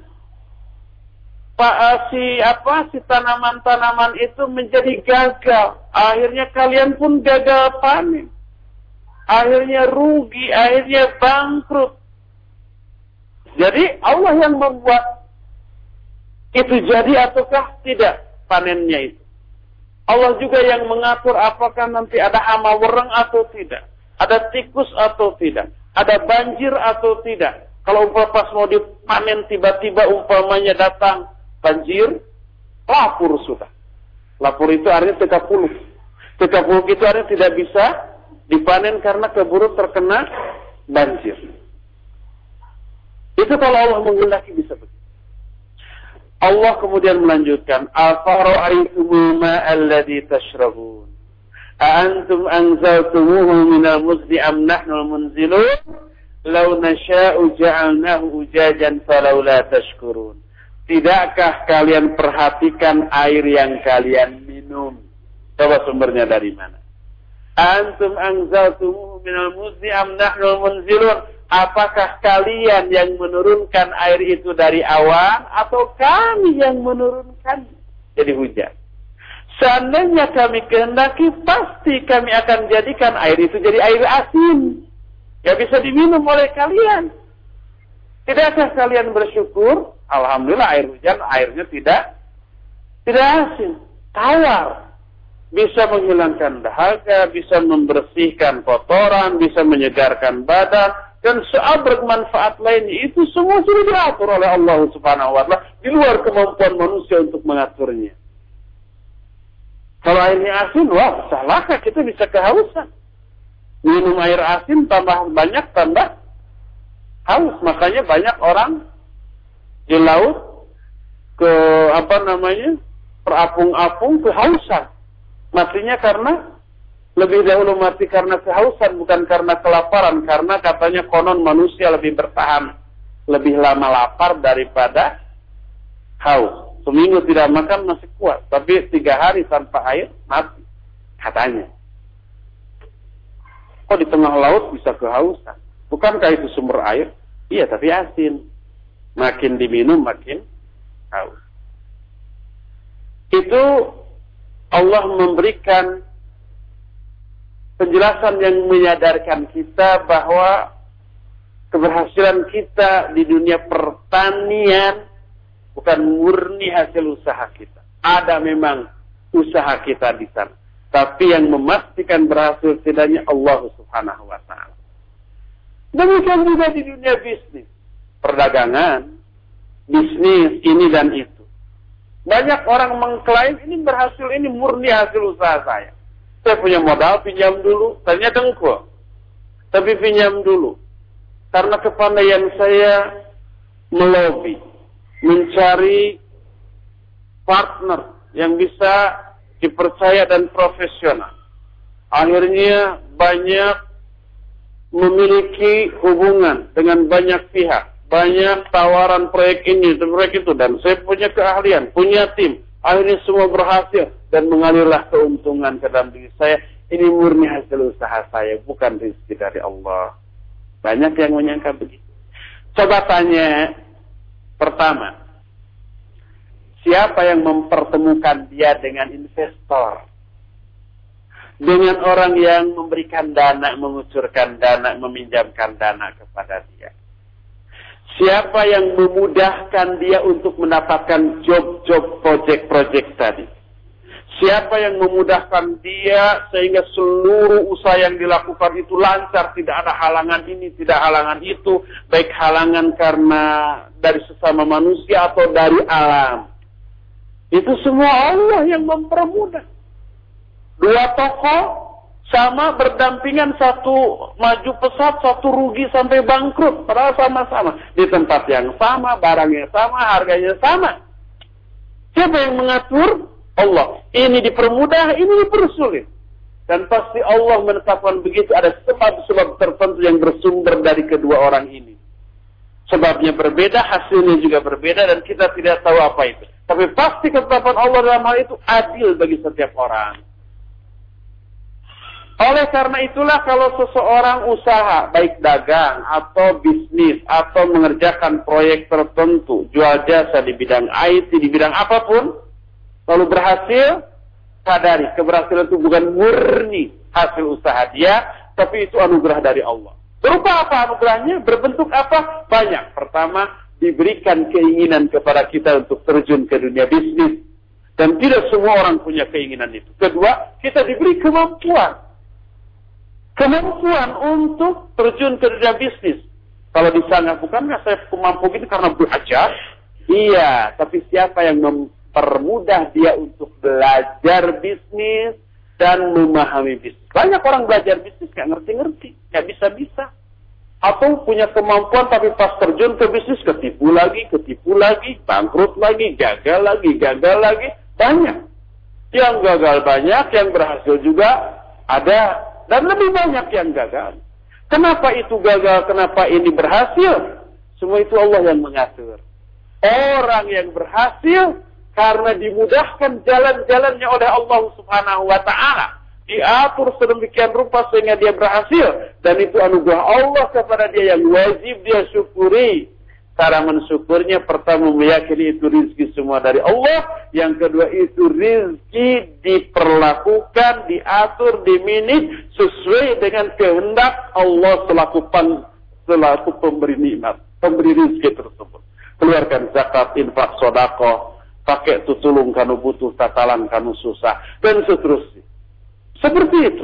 si tanaman-tanaman itu menjadi gagal. Akhirnya kalian pun gagal panen. Akhirnya rugi, akhirnya bangkrut. Jadi Allah yang membuat itu jadi ataukah tidak panennya itu. Allah juga yang mengatur apakah nanti ada hama wereng atau tidak. Ada tikus atau tidak. Ada banjir atau tidak. Kalau pas mau dipanen tiba-tiba umpamanya datang banjir, lapur sudah. Lapur itu artinya tekapuluk. Tekapuluk itu artinya tidak bisa dipanen karena keburu terkena banjir. Itu kalau Allah menghendaki bisa begitu. Allah kemudian melanjutkan, afara'aytumul ma'a alladhi tashrabun, a'antum anzaltumuhu minal muzni am nahnul munzilun, law nasha'u ja'alnahu ujajan falawla tashkurun. Tidakkah kalian perhatikan air yang kalian minum? Coba sumbernya dari mana? Antum anzaltumuhu minal muzni am nahnul munzilun. Apakah kalian yang menurunkan air itu dari awan atau kami yang menurunkan jadi hujan? Seandainya kami kehendaki, pasti kami akan jadikan air itu jadi air asin. Ya bisa diminum oleh kalian. Tidakkah kalian bersyukur? Alhamdulillah air hujan airnya tidak asin, tawar. Bisa menghilangkan dahaga, bisa membersihkan kotoran, bisa menyegarkan badan, dan seabrek manfaat lainnya. Itu semua sudah diatur oleh Allah Subhanahu wa ta'ala di luar kemampuan manusia untuk mengaturnya. Kalau airnya asin, wah salahkah kita bisa kehausan. Minum air asin tambah banyak tambah haus. Makanya banyak orang di laut terapung-apung kehausan. Matinya karena lebih dahulu mati karena kehausan, bukan karena kelaparan. Karena katanya konon manusia lebih bertahan lebih lama lapar daripada haus. Seminggu tidak makan masih kuat, tapi 3 hari tanpa air mati katanya. Kok di tengah laut bisa kehausan? Bukankah itu sumber air? Iya, tapi asin. Makin diminum makin haus. Itu Allah memberikan penjelasan yang menyadarkan kita bahwa keberhasilan kita di dunia pertanian bukan murni hasil usaha kita. Ada memang usaha kita di sana. Tapi yang memastikan berhasil tidaknya Allah Subhanahu wa ta'ala. Demikian juga di dunia bisnis. Perdagangan, bisnis, ini dan itu. Banyak orang mengklaim ini berhasil, ini murni hasil usaha saya. Saya punya modal, pinjam dulu. Ternyata dengkul. Tapi pinjam dulu. Karena kepandaian saya melobi, mencari partner yang bisa dipercaya dan profesional. Akhirnya banyak memiliki hubungan dengan banyak pihak. Banyak tawaran proyek ini, proyek itu. Dan saya punya keahlian, punya tim. Akhirnya semua berhasil dan mengalirlah keuntungan ke dalam diri saya. Ini murni hasil usaha saya, bukan rezeki dari Allah. Banyak yang menyangka begitu. Coba tanya, pertama, siapa yang mempertemukan dia dengan investor? Dengan orang yang memberikan dana, mengucurkan dana, meminjamkan dana kepada dia. Siapa yang memudahkan dia untuk mendapatkan job-job, project-project tadi? Siapa yang memudahkan dia sehingga seluruh usaha yang dilakukan itu lancar, tidak ada halangan ini, tidak halangan itu, baik halangan karena dari sesama manusia atau dari alam. Itu semua Allah yang mempermudah. Dua tokoh sama berdampingan, satu maju pesat, satu rugi sampai bangkrut. Padahal sama-sama di tempat yang sama, barangnya sama, harganya sama. Siapa yang mengatur? Allah. Ini dipermudah, ini dipersulit. Dan pasti Allah menetapkan begitu, ada sebab-sebab tertentu yang bersumber dari kedua orang ini. Sebabnya berbeda, hasilnya juga berbeda, dan kita tidak tahu apa itu. Tapi pasti ketetapan Allah dalam hal itu adil bagi setiap orang. Oleh karena itulah kalau seseorang usaha, baik dagang atau bisnis atau mengerjakan proyek tertentu, jual jasa di bidang IT, di bidang apapun, lalu berhasil, sadari keberhasilan itu bukan murni hasil usaha dia, tapi itu anugerah dari Allah. Berupa apa anugerahnya? Berbentuk apa? Banyak. Pertama, diberikan keinginan kepada kita untuk terjun ke dunia bisnis. Dan tidak semua orang punya keinginan itu. Kedua, kita diberi kemampuan. Kemampuan untuk terjun ke dunia bisnis. Kalau disangka, bukankah saya mampu ini karena belajar? Iya, tapi siapa yang mempermudah dia untuk belajar bisnis dan memahami bisnis? Banyak orang belajar bisnis gak ngerti-ngerti, gak bisa-bisa. Atau punya kemampuan tapi pas terjun ke bisnis ketipu lagi, bangkrut lagi, gagal lagi. Banyak. Yang gagal banyak, yang berhasil juga ada. Dan lebih banyak yang gagal. Kenapa itu gagal? Kenapa ini berhasil? Semua itu Allah yang mengatur. Orang yang berhasil karena dimudahkan jalan-jalannya oleh Allah Subhanahu wa Ta'ala. Diatur sedemikian rupa sehingga dia berhasil. Dan itu anugerah Allah kepada dia yang wajib dia syukuri. Cara mensyukurnya, pertama meyakini itu rizki semua dari Allah. Yang kedua itu rizki diperlakukan, diatur, diminit sesuai dengan kehendak Allah selaku pemberi nikmat, pemberi rizki tersebut. Keluarkan zakat, infak, sedekah, pakai tutulung kanu butuh, tatalan kanu susah, dan seterusnya. Seperti itu.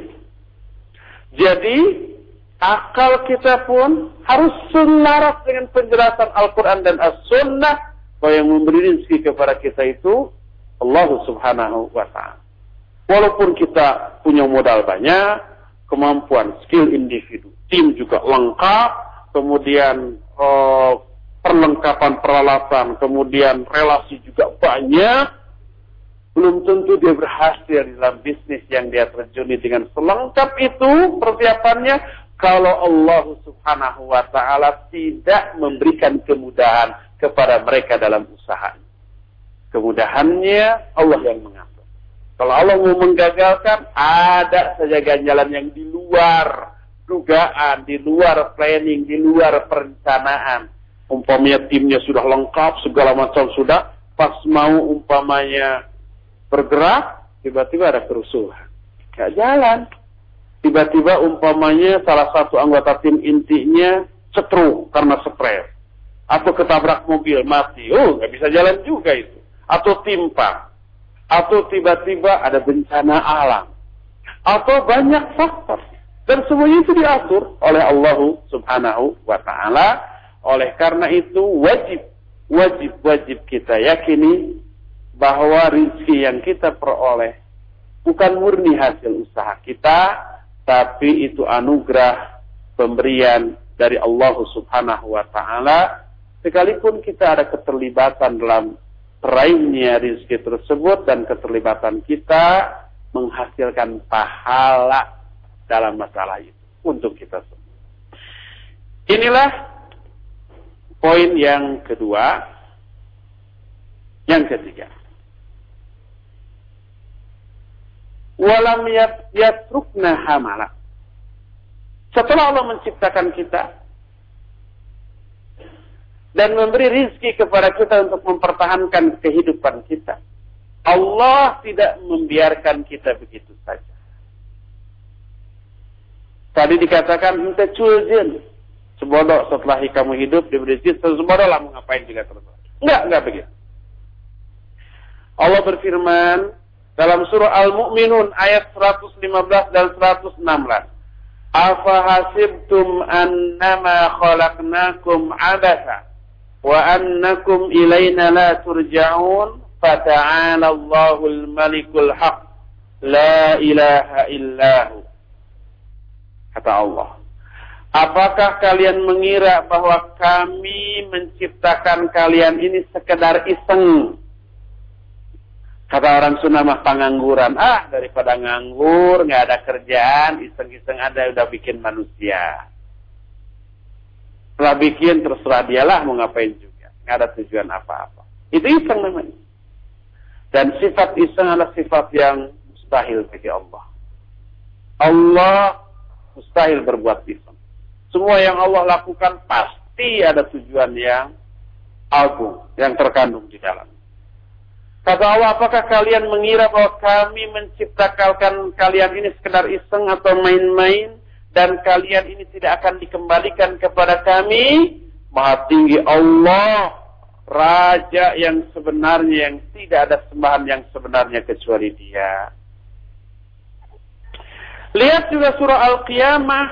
Jadi akal kita pun harus selaras dengan penjelasan Al-Quran dan As-Sunnah bahwa yang memberi rezeki kepada kita itu Allah Subhanahu wa Ta'ala. Walaupun kita punya modal banyak, kemampuan, skill individu, tim juga lengkap, kemudian perlengkapan peralatan, kemudian relasi juga banyak, belum tentu dia berhasil dalam bisnis yang dia terjuni dengan selengkap itu persiapannya, kalau Allah Subhanahu wa Ta'ala tidak memberikan kemudahan kepada mereka dalam usaha. Kemudahannya Allah yang mengatur. Kalau Allah mau menggagalkan, ada saja ganjalan yang di luar dugaan, di luar planning, di luar perencanaan. Umpamanya timnya sudah lengkap, segala macam sudah, pas mau umpamanya bergerak, tiba-tiba ada kerusuhan. Gak jalan. Tiba-tiba umpamanya salah satu anggota tim intinya cetru karena stres. Atau ketabrak mobil, mati. Oh, gak bisa jalan juga itu. Atau timpang. Atau tiba-tiba ada bencana alam. Atau banyak faktor. Dan semuanya itu diatur oleh Allah Subhanahu wa Ta'ala. Oleh karena itu wajib kita yakini bahwa rezeki yang kita peroleh bukan murni hasil usaha kita, tapi itu anugerah pemberian dari Allah Subhanahu wa Ta'ala. Sekalipun kita ada keterlibatan dalam peraihnya rezeki tersebut dan keterlibatan kita menghasilkan pahala dalam masalah itu untuk kita semua. Inilah poin yang kedua. Yang ketiga, walam yatrukna hamala. Setelah Allah menciptakan kita dan memberi rizki kepada kita untuk mempertahankan kehidupan kita, Allah tidak membiarkan kita begitu saja. Tadi dikatakan ente culjin, sebodoh setelah kamu hidup diberi rizki, sebodoh lah mau ngapain juga terus. Enggak begitu. Allah berfirman dalam surah Al-Mu'minun ayat 115 dan 116. Afa hasibtum annama khalaqnakum abatha wa annakum ilaina la turja'un fata'ala Allahul malikul haq la ilaha illahu. Kata Allah, apakah kalian mengira bahwa kami menciptakan kalian ini sekedar iseng? Kata orang Sunda mah pengangguran. Daripada nganggur, nggak ada kerjaan, iseng-iseng ada udah bikin manusia. Setelah bikin terserah dialah mau ngapain juga, nggak ada tujuan apa-apa. Itu iseng namanya. Dan sifat iseng adalah sifat yang mustahil bagi Allah. Allah mustahil berbuat iseng. Semua yang Allah lakukan pasti ada tujuan yang agung, yang terkandung di dalam. Kata Allah, apakah kalian mengira bahwa kami menciptakan kalian ini sekedar iseng atau main-main, dan kalian ini tidak akan dikembalikan kepada kami? Maha tinggi Allah, Raja yang sebenarnya, yang tidak ada sembahan yang sebenarnya kecuali Dia. Lihat juga surah Al-Qiyamah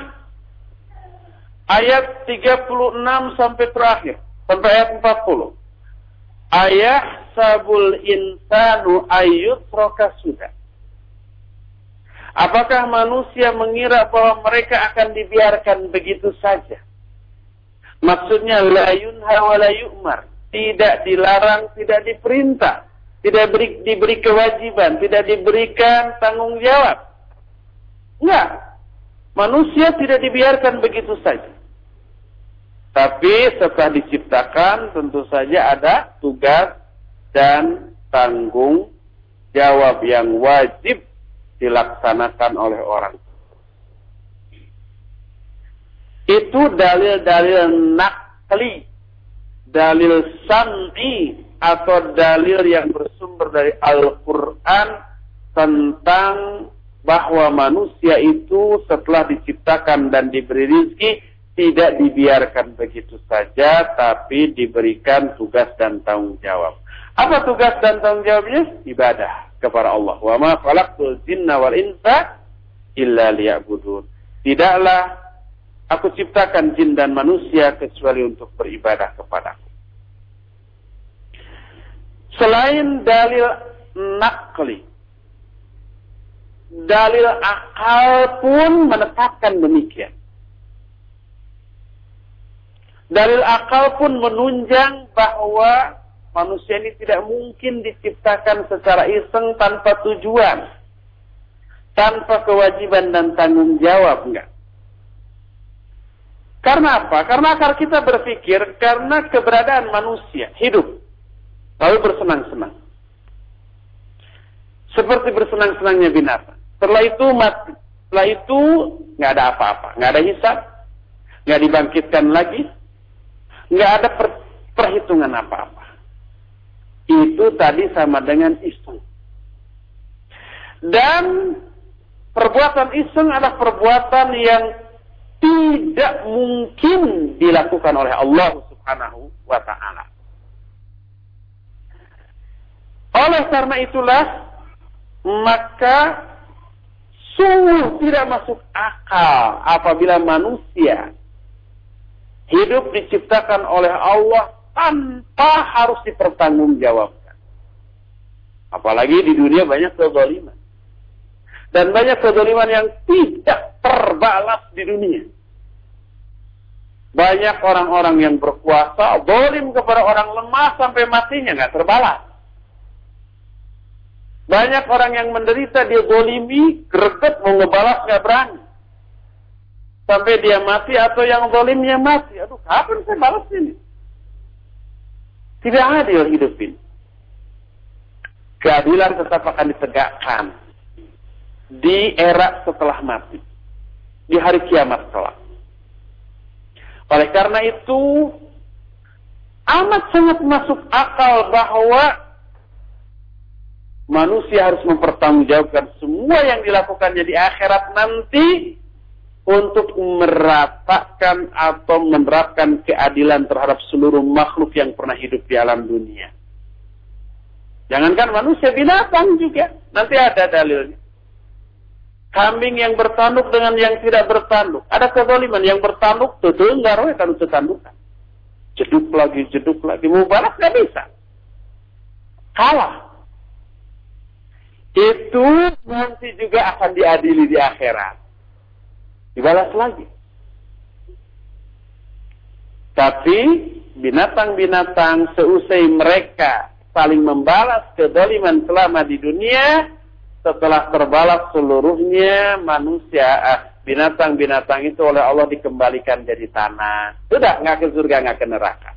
ayat 36 sampai terakhir, sampai ayat 40. Ayahsabul insanu ayyutraka sudah. Apakah manusia mengira bahwa mereka akan dibiarkan begitu saja? Maksudnya la yunha wa la yu'mar, tidak dilarang, tidak diperintah, tidak diberi kewajiban, tidak diberikan tanggung jawab. Enggak. Manusia tidak dibiarkan begitu saja. Tapi setelah diciptakan tentu saja ada tugas dan tanggung jawab yang wajib dilaksanakan oleh orang. Itu dalil-dalil nakli, dalil sam'i atau dalil yang bersumber dari Al-Quran tentang bahwa manusia itu setelah diciptakan dan diberi rizki tidak dibiarkan begitu saja, tapi diberikan tugas dan tanggung jawab. Apa tugas dan tanggung jawabnya? Ibadah kepada Allah. Wa ma khalaqtul jinna wal insa illa liya'budun. Tidaklah aku ciptakan jin dan manusia kecuali untuk beribadah kepadaku. Selain dalil nakli, dalil akal pun menetapkan demikian. Dalil akal pun menunjang bahwa manusia ini tidak mungkin diciptakan secara iseng tanpa tujuan, tanpa kewajiban dan tanggung jawab, enggak. Karena apa? Karena akal kita berpikir karena keberadaan manusia hidup, lalu bersenang-senang. Seperti bersenang-senangnya binatang. Setelah itu mati. Setelah itu nggak ada apa-apa, nggak ada hisab, nggak dibangkitkan lagi, nggak ada perhitungan apa-apa. Itu tadi sama dengan iseng. Dan perbuatan iseng adalah perbuatan yang tidak mungkin dilakukan oleh Allah Subhanahu wa ta'ala. Oleh karena itulah, maka sungguh tidak masuk akal apabila manusia hidup diciptakan oleh Allah tanpa harus dipertanggungjawabkan. Apalagi di dunia banyak kezaliman. Dan banyak kezaliman yang tidak terbalas di dunia. Banyak orang-orang yang berkuasa zalim kepada orang lemah sampai matinya nggak terbalas. Banyak orang yang menderita, dia zalimi, greget, mau ngebalas nggak berani. Sampai dia mati atau yang zalimnya mati. Aduh, kapan saya balas ini? Tidak adil hidup ini. Keadilan tetap akan ditegakkan. di era setelah mati, di hari kiamat kelak. Oleh karena itu, amat sangat masuk akal bahwa manusia harus mempertanggungjawabkan semua yang dilakukannya di akhirat nanti untuk meratakan atau menerapkan keadilan terhadap seluruh makhluk yang pernah hidup di alam dunia. Jangankan manusia, binatang juga. Nanti ada dalilnya. Kambing yang bertanduk dengan yang tidak bertanduk. Ada kezaliman yang bertanduk, betul nggak roh kalau tertandukan. Jeduk lagi. Mau balas nggak bisa. Kalah. Itu nanti juga akan diadili di akhirat. Dibalas lagi. Tapi binatang-binatang seusai mereka saling membalas kezaliman selama di dunia, setelah terbalas seluruhnya binatang-binatang itu oleh Allah dikembalikan jadi tanah. Sudah, nggak ke surga, nggak ke neraka.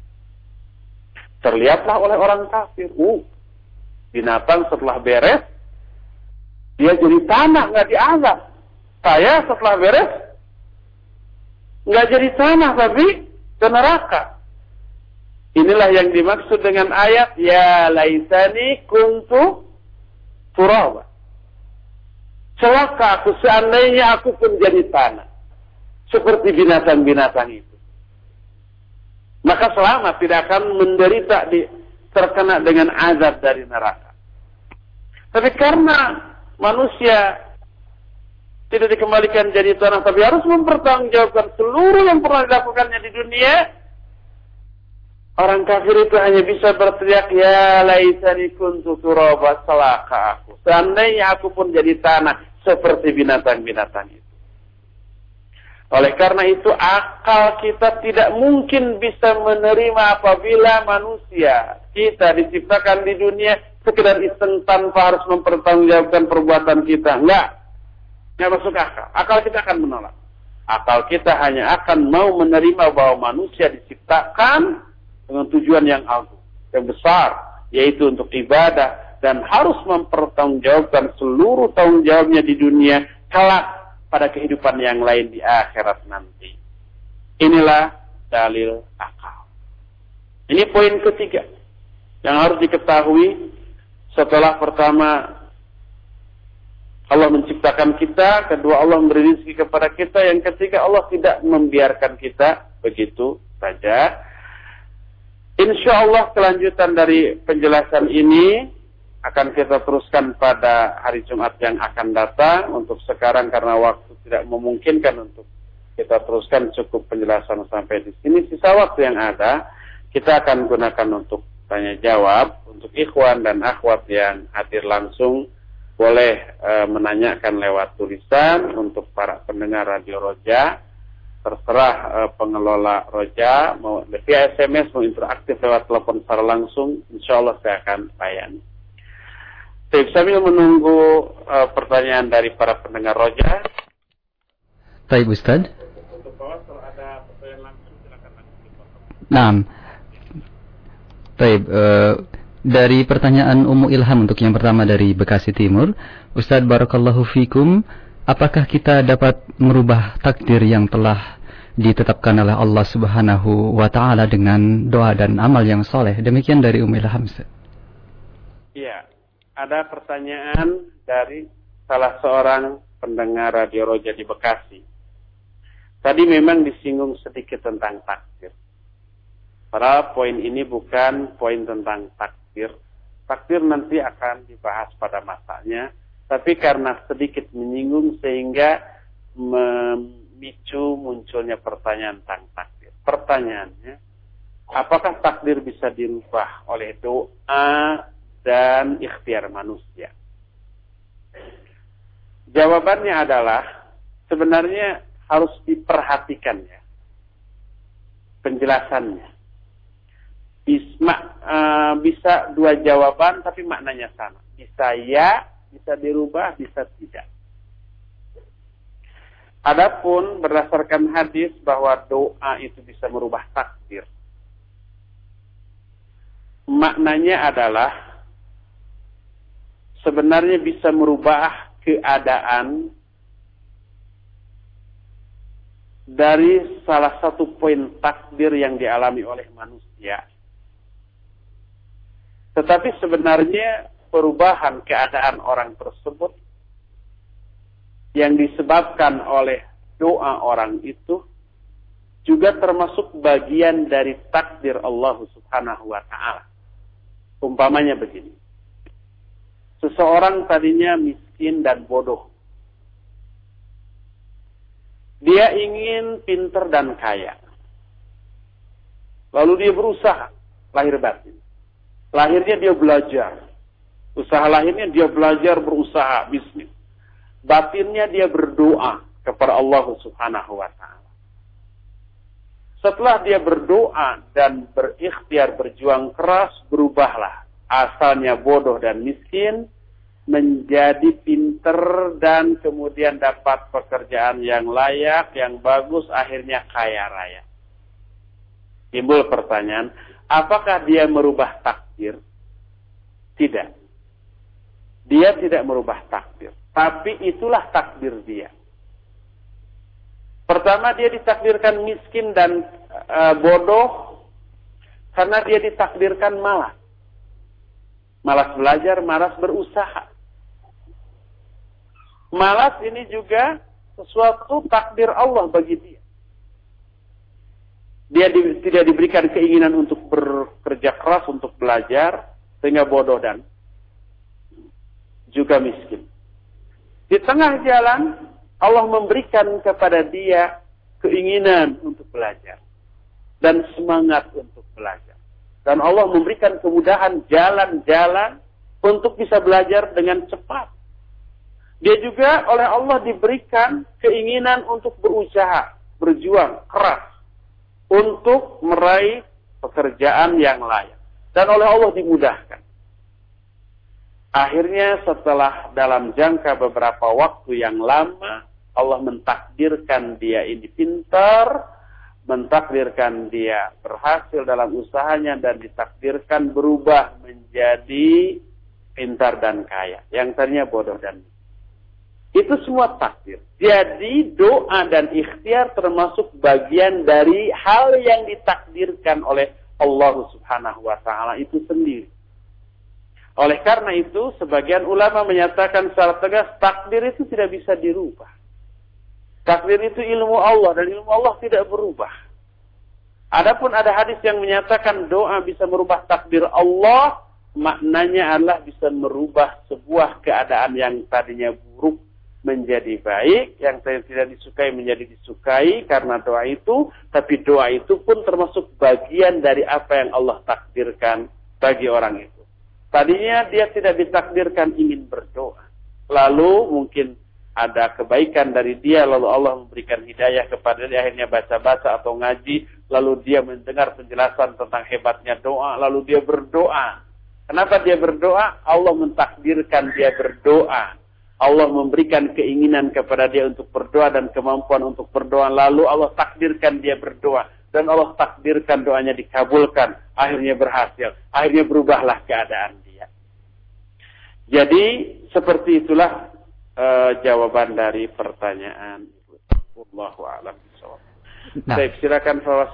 Terlihatlah oleh orang kafir. Binatang setelah beres, dia jadi tanah, nggak diazab. Saya setelah beres, nggak jadi tanah, tapi ke neraka. Inilah yang dimaksud dengan ayat, ya laitani kuntu turaba. Celaka aku, seandainya aku pun jadi tanah. Seperti binatang-binatang itu. Maka selamat, tidak akan menderita terkena dengan azab dari neraka. Tapi karena manusia tidak dikembalikan jadi tanah, tapi harus mempertanggungjawabkan seluruh yang pernah dilakukannya di dunia, orang kafir itu hanya bisa berteriak, ya laitani kuntu turaba, celaka aku. Seandainya aku pun jadi tanah seperti binatang-binatang itu. Oleh karena itu, akal kita tidak mungkin bisa menerima apabila manusia kita diciptakan di dunia sekedar iseng tanpa harus mempertanggungjawabkan perbuatan kita. Enggak masuk akal. Akal kita akan menolak. Akal kita hanya akan mau menerima bahwa manusia diciptakan dengan tujuan yang agung, yang besar, yaitu untuk ibadah, dan harus mempertanggungjawabkan seluruh tanggung jawabnya di dunia kelak pada kehidupan yang lain di akhirat nanti. Inilah dalil akal. Ini poin ketiga yang harus diketahui setelah pertama Allah menciptakan kita, kedua Allah memberi rezeki kepada kita, yang ketiga Allah tidak membiarkan kita begitu saja. Insya Allah kelanjutan dari penjelasan ini akan kita teruskan pada hari Jumat yang akan datang. Untuk sekarang karena waktu tidak memungkinkan untuk kita teruskan, cukup penjelasan sampai di sini. Sisa waktu yang ada kita akan gunakan untuk tanya jawab. Untuk ikhwan dan akhwat yang hadir langsung boleh menanyakan lewat tulisan. Untuk para pendengar Radio Roja, terserah pengelola Roja mau via SMS, mau interaktif lewat telepon secara langsung, insya Allah saya akan layani. Sambil menunggu pertanyaan dari para pendengar Roja. Baik Ustaz. Untuk bawah kalau ada pertanyaan langsung silakan langsung dipotong. Nah, baik. Dari pertanyaan Ummu Ilham untuk yang pertama dari Bekasi Timur, Ustaz Barakallahu Fikum, apakah kita dapat merubah takdir yang telah ditetapkan oleh Allah Subhanahu wa Ta'ala dengan doa dan amal yang soleh? Demikian dari Ummu Ilham. Iya, ada pertanyaan dari salah seorang pendengar Radio Roja di Bekasi. Tadi memang disinggung sedikit tentang takdir. Padahal poin ini bukan poin tentang takdir. Takdir nanti akan dibahas pada masanya. Tapi karena sedikit menyinggung sehingga memicu munculnya pertanyaan tentang takdir. Pertanyaannya, apakah takdir bisa dirubah oleh doa dan ikhtiar manusia? Jawabannya adalah sebenarnya harus diperhatikan ya penjelasannya. Bisa dua jawaban tapi maknanya sama. Bisa ya, bisa dirubah, bisa tidak. Adapun berdasarkan hadis bahwa doa itu bisa merubah takdir, maknanya adalah sebenarnya bisa merubah keadaan dari salah satu poin takdir yang dialami oleh manusia. Tetapi sebenarnya perubahan keadaan orang tersebut yang disebabkan oleh doa orang itu juga termasuk bagian dari takdir Allah Subhanahu wa ta'ala. Umpamanya begini. Seseorang tadinya miskin dan bodoh. Dia ingin pintar dan kaya. Lalu dia berusaha, lahir batin. Lahirnya dia belajar. Usaha lahirnya dia belajar, berusaha, bisnis. Batinnya dia berdoa kepada Allah Subhanahu wa ta'ala. Setelah dia berdoa dan berikhtiar berjuang keras, berubahlah. Asalnya bodoh dan miskin, menjadi pinter dan kemudian dapat pekerjaan yang layak, yang bagus, akhirnya kaya raya. Timbul pertanyaan, apakah dia merubah takdir? Tidak. Dia tidak merubah takdir. Tapi itulah takdir dia. Pertama, dia ditakdirkan miskin dan bodoh karena dia ditakdirkan malas. Malas belajar, malas berusaha. Malas ini juga sesuatu takdir Allah bagi dia. Dia tidak diberikan keinginan untuk bekerja keras, untuk belajar, sehingga bodoh dan juga miskin. Di tengah jalan, Allah memberikan kepada dia keinginan untuk belajar dan semangat untuk belajar. Dan Allah memberikan kemudahan jalan-jalan untuk bisa belajar dengan cepat. Dia juga oleh Allah diberikan keinginan untuk berusaha, berjuang keras untuk meraih pekerjaan yang layak. Dan oleh Allah dimudahkan. Akhirnya setelah dalam jangka beberapa waktu yang lama, Allah mentakdirkan dia ini pintar, mentakdirkan dia berhasil dalam usahanya, dan ditakdirkan berubah menjadi pintar dan kaya. Yang tadinya bodoh dan itu semua takdir. Jadi doa dan ikhtiar termasuk bagian dari hal yang ditakdirkan oleh Allah Subhanahu wa ta'ala itu sendiri. Oleh karena itu, sebagian ulama menyatakan secara tegas, takdir itu tidak bisa dirubah. Takdir itu ilmu Allah, dan ilmu Allah tidak berubah. Adapun ada hadis yang menyatakan doa bisa merubah takdir Allah, maknanya adalah bisa merubah sebuah keadaan yang tadinya buruk menjadi baik, yang tidak disukai menjadi disukai karena doa itu, tapi doa itu pun termasuk bagian dari apa yang Allah takdirkan bagi orang itu. Tadinya dia tidak ditakdirkan ingin berdoa. Lalu mungkin ada kebaikan dari dia, lalu Allah memberikan hidayah kepada dia, akhirnya baca-baca atau ngaji, lalu dia mendengar penjelasan tentang hebatnya doa, lalu dia berdoa. Kenapa dia berdoa? Allah mentakdirkan dia berdoa. Allah memberikan keinginan kepada dia untuk berdoa dan kemampuan untuk berdoa, lalu Allah takdirkan dia berdoa. Dan Allah takdirkan doanya dikabulkan. Akhirnya berhasil. Akhirnya berubahlah keadaan dia. Jadi seperti itulah jawaban dari pertanyaan. Wallahu a'lam bishawab. Baik, silakan Fawas.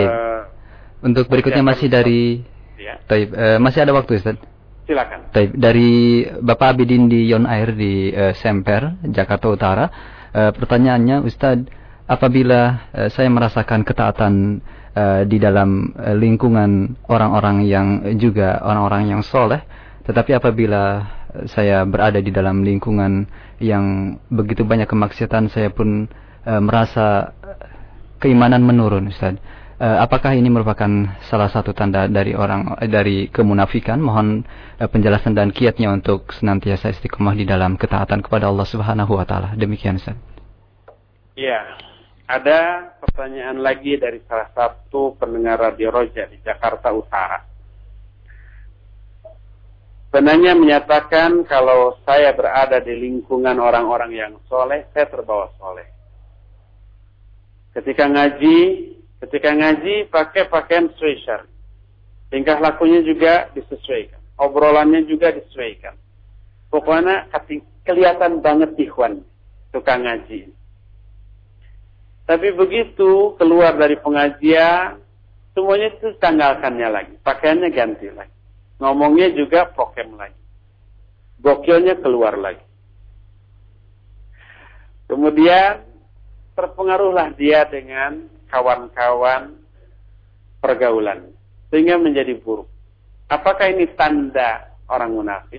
Untuk berikutnya masih dari ya. Masih ada waktu, Ustaz? Silakan. Dari Bapak Abidin di Yon Air di Semper, Jakarta Utara. Pertanyaannya, Ustaz, apabila saya merasakan ketaatan di dalam lingkungan orang-orang yang juga orang-orang yang soleh, tetapi apabila saya berada di dalam lingkungan yang begitu banyak kemaksiatan, saya pun merasa keimanan menurun, Ustaz. Apakah ini merupakan salah satu tanda dari kemunafikan? Mohon penjelasan dan kiatnya untuk senantiasa istiqomah di dalam ketaatan kepada Allah Subhanahu wa taala. Demikian, Ustaz. Ya. Ada pertanyaan lagi dari salah satu pendengar Radio Roja di Jakarta Utara. Penanya menyatakan kalau saya berada di lingkungan orang-orang yang soleh, saya terbawa soleh. Ketika ngaji pakai pakaian sesuai. Tingkah lakunya juga disesuaikan. Obrolannya juga disesuaikan. Pokoknya kelihatan banget ikhwan, tukang ngaji. Tapi begitu keluar dari pengajian, semuanya itu tanggalkannya lagi. Pakaiannya ganti lagi. Ngomongnya juga prokem lagi. Gokilnya keluar lagi. Kemudian terpengaruhlah dia dengan kawan-kawan pergaulan. Sehingga menjadi buruk. Apakah ini tanda orang munafik?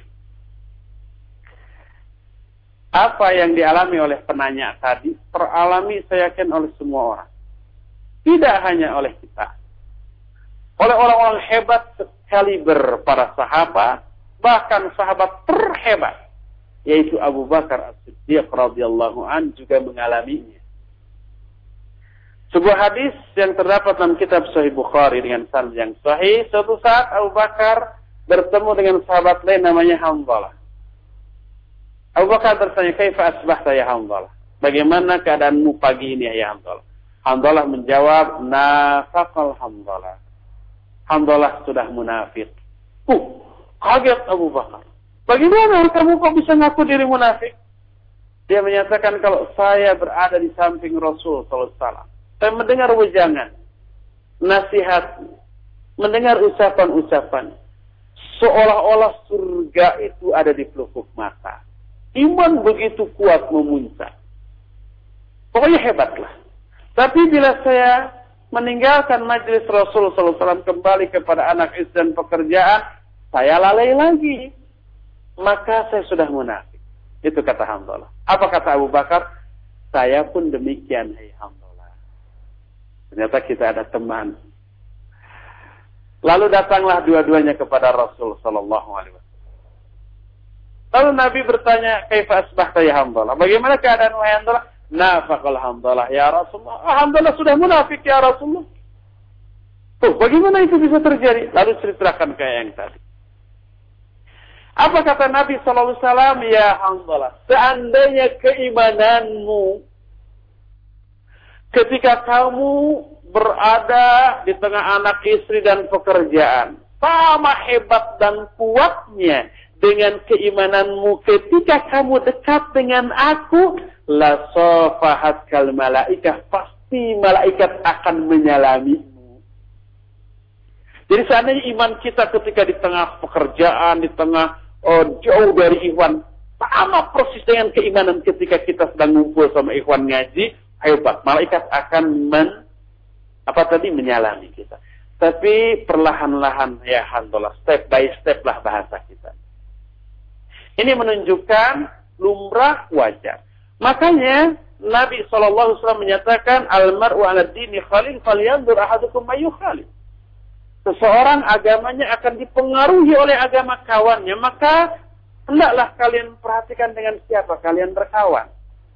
Apa yang dialami oleh penanya tadi, teralami saya yakin oleh semua orang. Tidak hanya oleh kita. Oleh orang-orang hebat sekaliber para sahabat, bahkan sahabat terhebat, yaitu Abu Bakar As-Siddiq radhiyallahu an juga mengalaminya. Sebuah hadis yang terdapat dalam kitab Sahih Bukhari dengan sanad yang sahih, suatu saat Abu Bakar bertemu dengan sahabat lain namanya Hanzalah. Abu Bakar bertanya, "Kaifa asbahta ya Hanzalah?" Bagaimana keadaanmu pagi ini ya Hanzalah? Hanzalah menjawab, "Nafaqal Hanzalah." Hanzalah sudah munafik. Kaget Abu Bakar. Bagaimana kamu kok bisa ngaku diri munafik? Dia menyatakan, kalau saya berada di samping Rasul sallallahu alaihi wasallam, saya mendengar wejangan, nasihat, mendengar ucapan-ucapan, seolah-olah surga itu ada di pelupuk mata. Iman begitu kuat memuncak. Pokoknya hebatlah. Tapi bila saya meninggalkan majelis Rasul sallallahu alaihi wasallam kembali kepada anak istri dan pekerjaan, saya lalai lagi. Maka saya sudah munafik. Itu kata Hanzalah. Apa kata Abu Bakar? Saya pun demikian, hai Hanzalah. Ternyata kita ada teman. Lalu datanglah dua-duanya kepada Rasul sallallahu alaihi wasallam. Lalu Nabi bertanya, "Kaifa asbahta ya Hanzalah?" Bagaimana keadaan wahai Hanzalah? "Nafaqal Hanzalah ya Rasulullah." Hanzalah sudah munafik ya Rasulullah. Bagaimana itu bisa terjadi? Lalu ceritakan kayak yang tadi. Apa kata Nabi sallallahu alaihi wasallam? "Ya Hanzalah, seandainya keimananmu ketika kamu berada di tengah anak istri dan pekerjaan sama hebat dan kuatnya dengan keimananmu ketika kamu dekat dengan aku, la safahat kal malaikah, pasti malaikat akan menyalamimu." Jadi seandainya iman kita ketika di tengah pekerjaan, di tengah jauh dari ikhwan, sama persis dengan keimanan ketika kita sedang ngumpul sama ikhwan ngaji, hebat. Malaikat akan menyalami kita. Tapi perlahan-lahan ya Hanzalah, step by step lah bahasa kita. Ini menunjukkan lumrah wajar. Makanya Nabi SAW menyatakan, "Al-mar'u 'ala dini khalil, falyanzur ahadukum may yukhalil." Seseorang agamanya akan dipengaruhi oleh agama kawannya, maka hendaklah kalian perhatikan dengan siapa kalian berkawan.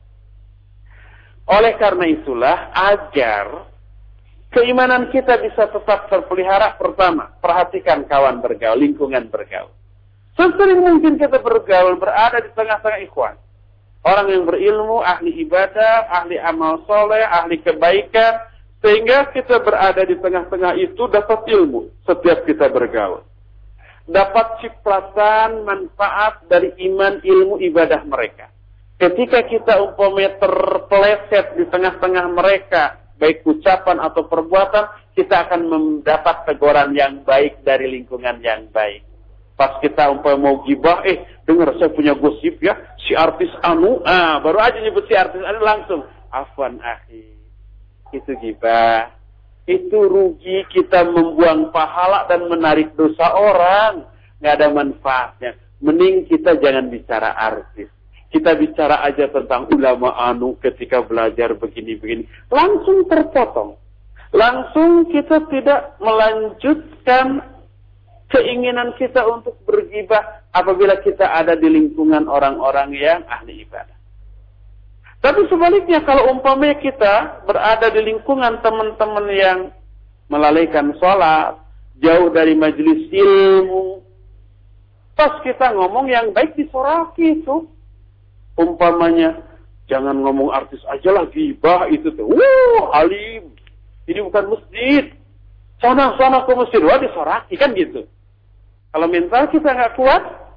Oleh karena itulah, agar keimanan kita bisa tetap terpelihara, pertama, perhatikan kawan bergaul, lingkungan bergaul. Sesering mungkin kita bergaul, berada di tengah-tengah ikhwan. Orang yang berilmu, ahli ibadah, ahli amal soleh, ahli kebaikan, sehingga kita berada di tengah-tengah itu dapat ilmu setiap kita bergaul. Dapat cipratan manfaat dari iman, ilmu, ibadah mereka. Ketika kita umpamanya terpeleset di tengah-tengah mereka, baik ucapan atau perbuatan, kita akan mendapat teguran yang baik dari lingkungan yang baik. Pas kita umpamanya mau gibah, dengar saya punya gosip ya, si artis baru aja nyebut si artis langsung, afwan akhi. Itu gibah. Itu rugi, kita membuang pahala dan menarik dosa orang. Nggak ada manfaatnya. Mending kita jangan bicara artis. Kita bicara aja tentang ulama ketika belajar begini-begini. Langsung terpotong. Langsung kita tidak melanjutkan keinginan kita untuk bergibah apabila kita ada di lingkungan orang-orang yang ahli ibadah. Tapi sebaliknya, kalau umpamanya kita berada di lingkungan teman-teman yang melalaikan sholat, jauh dari majelis ilmu, pas kita ngomong yang baik disoraki itu. Umpamanya, jangan ngomong artis aja lah, gibah itu tuh. Alim, ini bukan masjid. Sana ke masjid, disoraki kan gitu. Kalau mental kita nggak kuat,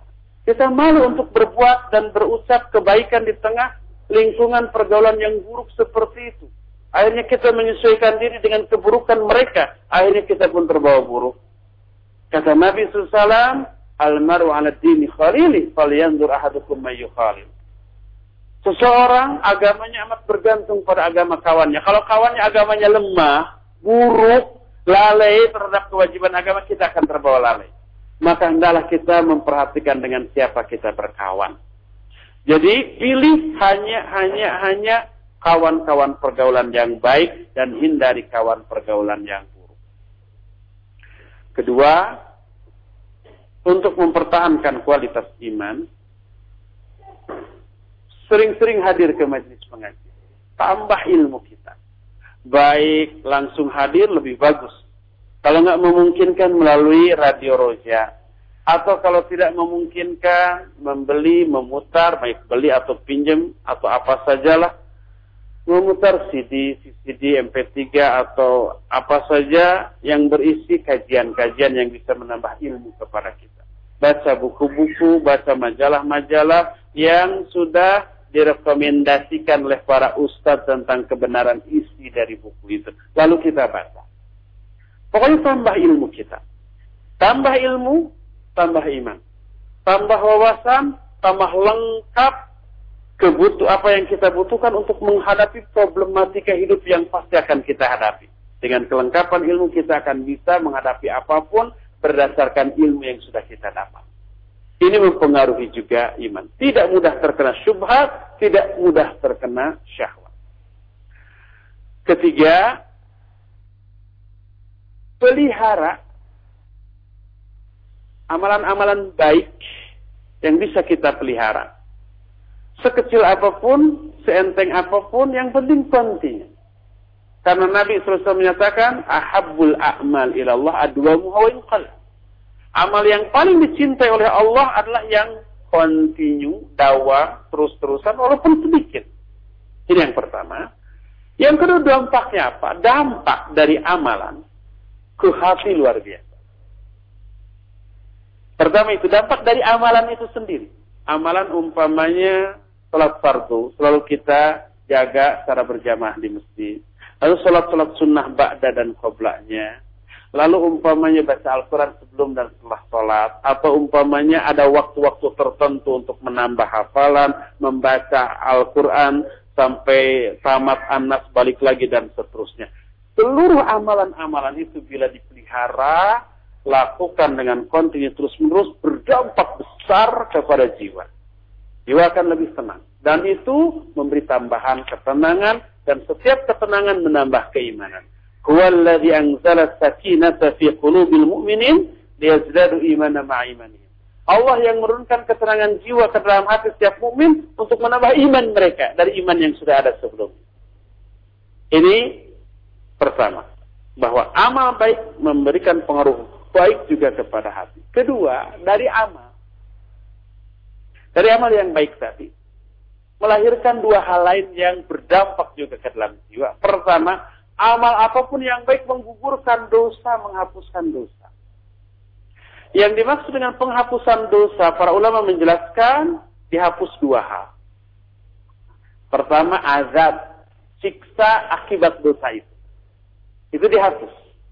Kita malu untuk berbuat dan berucap kebaikan di tengah lingkungan pergaulan yang buruk seperti itu. Akhirnya kita menyesuaikan diri dengan keburukan mereka. Akhirnya kita pun terbawa buruk. Kata Nabi SAW, Al-maru ala dini khalili, falyanzur ahadukum may yukhalil. Seseorang agamanya amat bergantung pada agama kawannya. Kalau kawannya agamanya lemah, buruk, lalai terhadap kewajiban agama, kita akan terbawa lalai. Maka hendaklah kita memperhatikan dengan siapa kita berkawan. Jadi pilih hanya kawan-kawan pergaulan yang baik dan hindari kawan pergaulan yang buruk. Kedua, untuk mempertahankan kualitas iman, sering-sering hadir ke majelis pengajian. Tambah ilmu kita. Baik langsung hadir lebih bagus. Kalau nggak memungkinkan melalui Radio Roja. Atau kalau tidak memungkinkan membeli, memutar, baik beli atau pinjam atau apa sajalah. Memutar CD, MP3 atau apa saja yang berisi kajian-kajian yang bisa menambah ilmu kepada kita. Baca buku-buku, baca majalah-majalah yang sudah direkomendasikan oleh para ustadz tentang kebenaran isi dari buku itu. Lalu kita baca. Pokoknya tambah ilmu kita. Tambah ilmu, tambah iman. Tambah wawasan, tambah lengkap apa yang kita butuhkan untuk menghadapi problematika hidup yang pasti akan kita hadapi. Dengan kelengkapan ilmu kita akan bisa menghadapi apapun berdasarkan ilmu yang sudah kita dapat. Ini mempengaruhi juga iman. Tidak mudah terkena syubhat, tidak mudah terkena syahwat. Ketiga, pelihara amalan-amalan baik yang bisa kita pelihara. Sekecil apapun, seenteng apapun, yang penting kontinu. Karena Nabi SAW menyatakan, ahabbul a'mal ilallah adwamu wa in qalla. Amal yang paling dicintai oleh Allah adalah yang kontinu, dawa, terus-terusan, walaupun sedikit. Ini yang pertama. Yang kedua, dampaknya apa? Dampak dari amalan ke hati luar biasa. Pertama itu, dampak dari amalan itu sendiri. Amalan umpamanya salat fardu, selalu kita jaga secara berjamaah di masjid. Lalu salat-salat sunnah ba'da dan qoblanya. Lalu umpamanya baca Al-Quran sebelum dan setelah salat. Atau umpamanya ada waktu-waktu tertentu untuk menambah hafalan, membaca Al-Quran sampai tamat An-Nas, balik lagi dan seterusnya. Seluruh amalan-amalan itu bila dipelihara, lakukan dengan kontinu terus-menerus, berdampak besar kepada jiwa. Jiwa akan lebih tenang. Dan itu memberi tambahan ketenangan, dan setiap ketenangan menambah keimanan. Huwallazi anzala sakinata fi qulubil mu'minin liyazdadu imanan ma'a imanihim. Allah yang menurunkan ketenangan jiwa ke dalam hati setiap mukmin untuk menambah iman mereka dari iman yang sudah ada sebelumnya. Ini pertama, bahwa amal baik memberikan pengaruh baik juga kepada hati. Kedua, dari amal yang baik tadi melahirkan dua hal lain yang berdampak juga ke dalam jiwa. Pertama, amal apapun yang baik menggugurkan dosa, menghapuskan dosa. Yang dimaksud dengan penghapusan dosa, para ulama menjelaskan dihapus dua hal. Pertama, azab, siksa akibat dosa itu. Itu dihapus.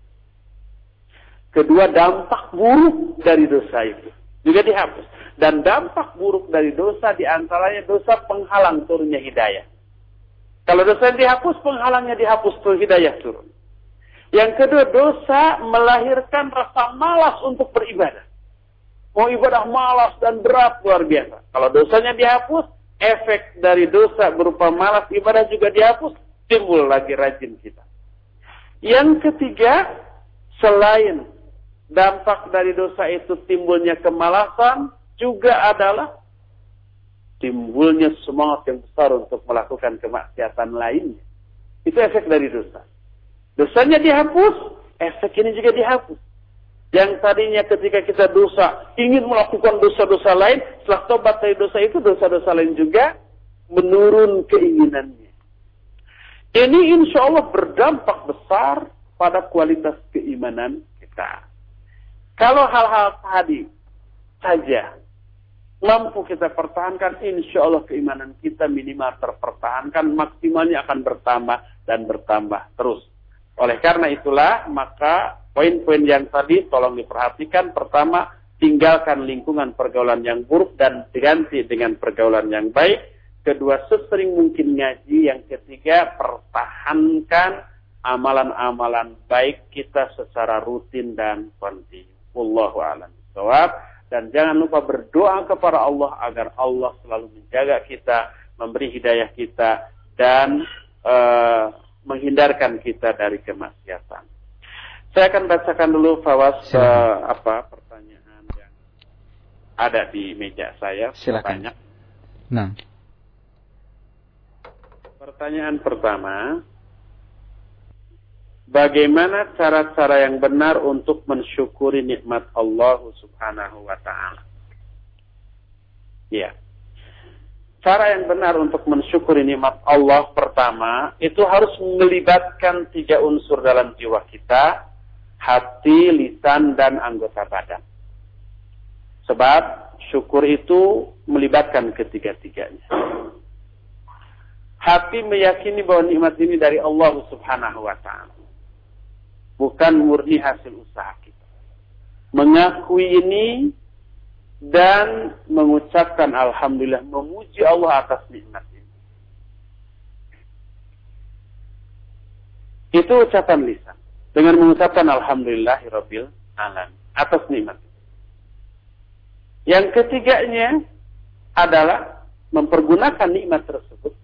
Kedua, dampak buruk dari dosa itu juga dihapus. Dan dampak buruk dari dosa diantaranya dosa penghalang turunnya hidayah. Kalau dosa yang dihapus, penghalangnya dihapus, tuh hidayah turun. Yang kedua, dosa melahirkan rasa malas untuk beribadah. Mau ibadah malas dan berat luar biasa. Kalau dosanya dihapus, efek dari dosa berupa malas ibadah juga dihapus, timbul lagi rajin kita. Yang ketiga, selain dampak dari dosa itu timbulnya kemalasan, juga adalah timbulnya semangat yang besar untuk melakukan kemaksiatan lainnya. Itu efek dari dosa. Dosanya dihapus, efek ini juga dihapus. Yang tadinya ketika kita dosa, ingin melakukan dosa-dosa lain, setelah tobat dari dosa itu, dosa-dosa lain juga menurun keinginannya. Ini insya Allah berdampak besar pada kualitas keimanan kita. Kalau hal-hal tadi saja mampu kita pertahankan, insya Allah keimanan kita minimal terpertahankan, maksimalnya akan bertambah dan bertambah terus. Oleh karena itulah, maka poin-poin yang tadi tolong diperhatikan. Pertama, tinggalkan lingkungan pergaulan yang buruk dan diganti dengan pergaulan yang baik. Kedua, sesering mungkin ngaji. Yang ketiga, pertahankan amalan-amalan baik kita secara rutin dan kontinu. Wallahu a'lam bishawab. Dan jangan lupa berdoa kepada Allah agar Allah selalu menjaga kita, memberi hidayah kita, dan menghindarkan kita dari kemaksiatan. Saya akan bacakan dulu Fawaz pertanyaan yang ada di meja saya. Silakan. Banyak. Nah. Pertanyaan pertama, bagaimana cara-cara yang benar untuk mensyukuri nikmat Allah Subhanahu wa ta'ala? Ya. Cara yang benar untuk mensyukuri nikmat Allah pertama, itu harus melibatkan 3 unsur dalam jiwa kita, hati, lisan, dan anggota badan. Sebab syukur itu melibatkan ketiga-tiganya. Hati meyakini bahwa nikmat ini dari Allah Subhanahu wa ta'ala, bukan murni hasil usaha kita. Mengakui ini dan mengucapkan alhamdulillah, memuji Allah atas nikmat ini. Itu ucapan lisan. Dengan mengucapkan alhamdulillahirabbil alamin atas nikmat. Yang ketiganya adalah mempergunakan nikmat tersebut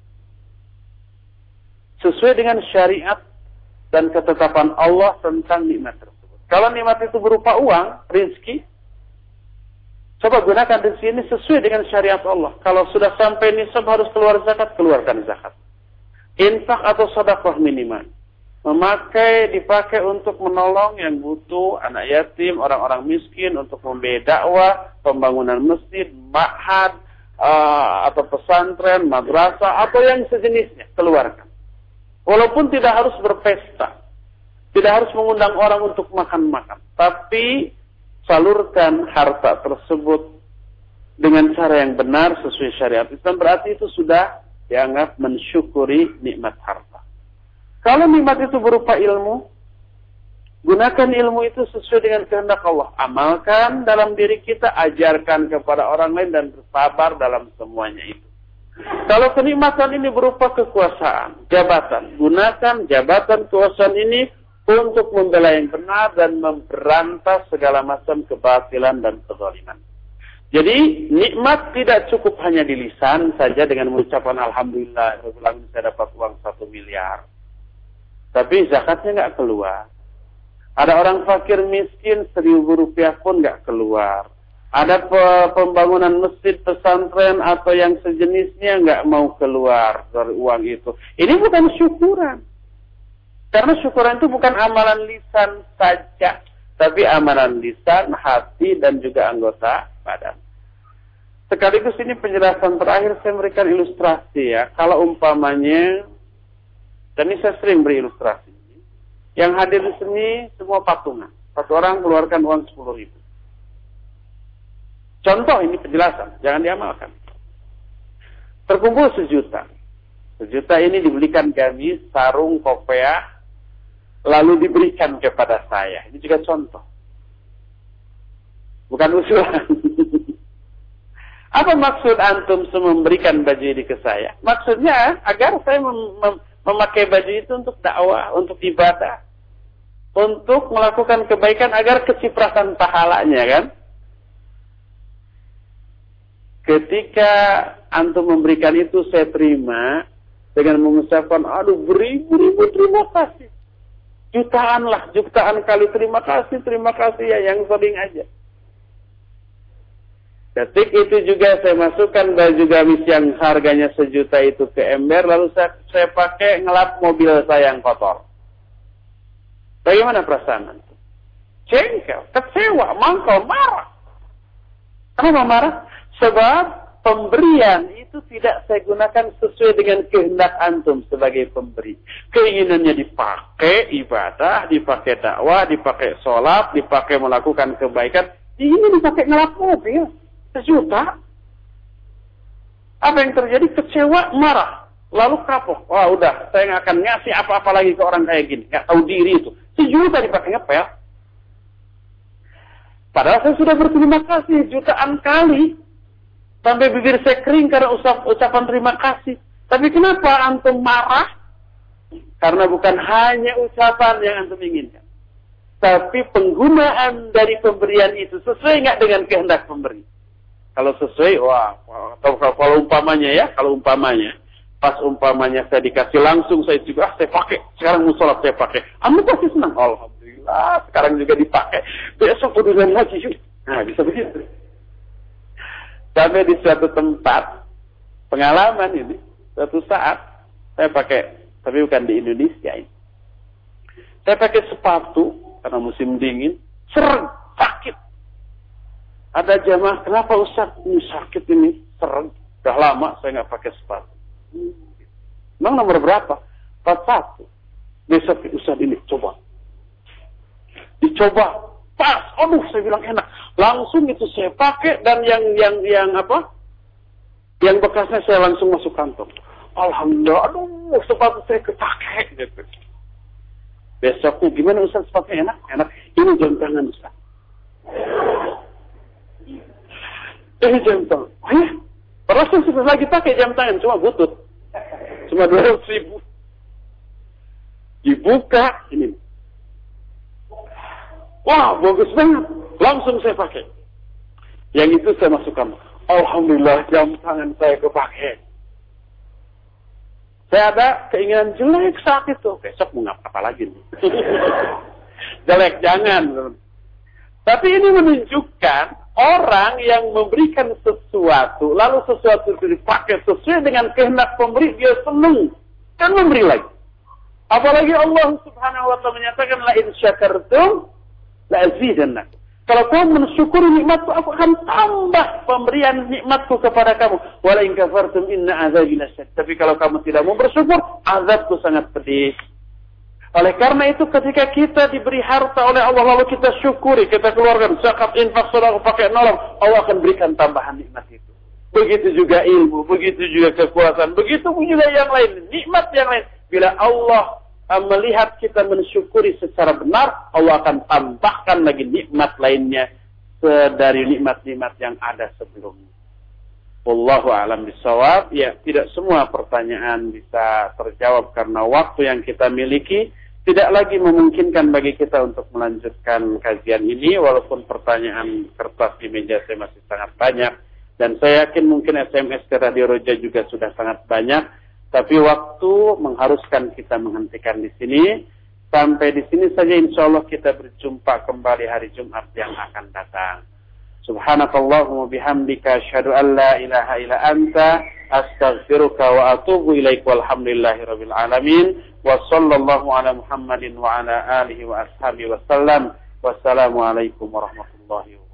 sesuai dengan syariat dan ketetapan Allah tentang nikmat tersebut. Kalau nikmat itu berupa uang, rezeki, coba gunakan rezeki ini sesuai dengan syariat Allah. Kalau sudah sampai nisab harus keluar zakat, keluarkan zakat. Infak atau sedekah minimal. Dipakai untuk menolong yang butuh, anak yatim, orang-orang miskin, untuk memberi dakwah, pembangunan masjid, ma'had, atau pesantren, madrasah, atau yang sejenisnya, keluarkan. Walaupun tidak harus berpesta, tidak harus mengundang orang untuk makan-makan, tapi salurkan harta tersebut dengan cara yang benar sesuai syariat Islam, berarti itu sudah dianggap mensyukuri nikmat harta. Kalau nikmat itu berupa ilmu, gunakan ilmu itu sesuai dengan kehendak Allah. Amalkan dalam diri kita, ajarkan kepada orang lain, dan bersabar dalam semuanya itu. Kalau kenikmatan ini berupa kekuasaan, jabatan, gunakan jabatan kekuasaan ini untuk membela yang benar dan memberantas segala macam kebatilan dan kezaliman. Jadi nikmat tidak cukup hanya di lisan saja dengan mengucapkan alhamdulillah, saya dapat uang 1 miliar. Tapi zakatnya nggak keluar. Ada orang fakir miskin 1.000 rupiah pun nggak keluar. Ada pembangunan masjid, pesantren, atau yang sejenisnya nggak mau keluar dari uang itu. Ini bukan syukuran. Karena syukuran itu bukan amalan lisan saja, tapi amalan lisan, hati, dan juga anggota badan. Sekaligus ini penjelasan terakhir, saya memberikan ilustrasi ya. Kalau umpamanya, dan ini saya sering beri ilustrasi, yang hadir di sini semua patungan. Satu orang keluarkan uang 10.000. Contoh ini penjelasan, jangan diamalkan. Terkumpul 1 juta. 1 juta ini dibelikan gamis, sarung, kopiah, lalu diberikan kepada saya. Ini juga contoh. Bukan usulan. Apa maksud antum memberikan baju ini ke saya? Maksudnya agar saya memakai baju itu untuk dakwah, untuk ibadah, untuk melakukan kebaikan agar kecipratan pahalanya, kan? Ketika antum memberikan itu, saya terima dengan mengucapkan, aduh beribu-ribu terima kasih. Jutaan kali terima kasih ya, yang sering aja. Ketik itu juga saya masukkan baju gamis yang harganya 1 juta itu ke ember, lalu saya pakai ngelap mobil saya yang kotor. Bagaimana perasaan antum? Jengkel, kecewa, mangkal, marah. Kenapa marah? Sebab pemberian itu tidak saya gunakan sesuai dengan kehendak antum sebagai pemberi. Keinginannya dipakai ibadah, dipakai dakwah, dipakai sholat, dipakai melakukan kebaikan. Ini dipakai ngelap mobil 1 juta. Apa yang terjadi? Kecewa, marah. Lalu kapok. Wah udah, saya nggak akan ngasih apa-apa lagi ke orang kayak gini. Nggak tahu diri itu. 1 juta dipakai ngepel. Padahal saya sudah berterima kasih jutaan kali. Sampai bibir saya kering karena ucapan terima kasih. Tapi kenapa antum marah? Karena bukan hanya ucapan yang antum inginkan. Tapi penggunaan dari pemberian itu sesuai nggak dengan kehendak pemberi. Kalau sesuai, wah. Atau kalau umpamanya pas umpamanya saya dikasih langsung, saya juga, saya pakai. Sekarang musola saya pakai. Anda pasti senang. Alhamdulillah, sekarang juga dipakai. Besok urusan lagi. Nah, bisa begitu. Sampai di suatu tempat, pengalaman ini, suatu saat, saya pakai, tapi bukan di Indonesia ini. Saya pakai sepatu, karena musim dingin, sering, sakit. Ada jamaah, kenapa Ustaz? Ini sakit ini, sering. Sudah lama saya nggak pakai sepatu. Memang nomor berapa? 41. Besok Ustaz ini coba. Dicoba. Pas. Aduh, saya bilang enak. Langsung itu saya pakai dan yang apa? Yang bekasnya saya langsung masuk kantong. Alhamdulillah. Aduh, sepatu saya kepake gitu. Besoknya gimana Ustaz sepatunya enak? Enak. Ini jam tangan Ustaz. Ini jam tangan. Oh ya? Padahal saya sudah lagi pakai jam tangan, cuma butut. Cuma 200.000. Dibuka, ini. Wah, bagus banget. Langsung saya pakai. Yang itu saya masukkan. Alhamdulillah, jam tangan saya kepake. Saya ada keinginan jelek saat itu. Besok mau apa lagi nih? Jelek, jangan. Tapi ini menunjukkan orang yang memberikan sesuatu, lalu sesuatu itu dipakai sesuai dengan kehendak pemberi, dia senang. Kan memberi lagi. Apalagi Allah Subhanahu wa ta'ala menyatakan, la in syakartum la azidannakum. Kalau kamu mensyukuri nikmatku, aku akan tambah pemberian nikmatku kepada kamu. Wala in kafartum inna azabi lasyadid. Tapi kalau kamu tidak mau bersyukur, azabku sangat pedih. Oleh karena itu ketika kita diberi harta oleh Allah lalu kita syukuri, kita keluarkan zakat, infak, sedekah, pakai nolong, Allah akan berikan tambahan nikmat itu. Begitu juga ilmu, begitu juga kekuasaan, begitu juga yang lain, nikmat yang lain. Bila Allah melihat kita mensyukuri secara benar, Allah akan tambahkan lagi nikmat lainnya dari nikmat-nikmat yang ada sebelumnya. Wallahu a'lam bishawab. Ya, tidak semua pertanyaan bisa terjawab karena waktu yang kita miliki tidak lagi memungkinkan bagi kita untuk melanjutkan kajian ini, walaupun pertanyaan kertas di meja saya masih sangat banyak dan saya yakin mungkin SMS ke Radio Roja juga sudah sangat banyak, tapi waktu mengharuskan kita menghentikan di sini. Sampai di sini saja, insyaallah kita berjumpa kembali hari Jumat yang akan datang. Subhanakallahumma bihamdika asyhadu an la ilaha illa anta astaghfiruka wa atubu ilaik walhamdulillahirabbil alamin wa sallallahu ala Muhammadin wa ala alihi wa ashabihi wasallam. Wassalamu alaikum warahmatullahi wabarakatuh.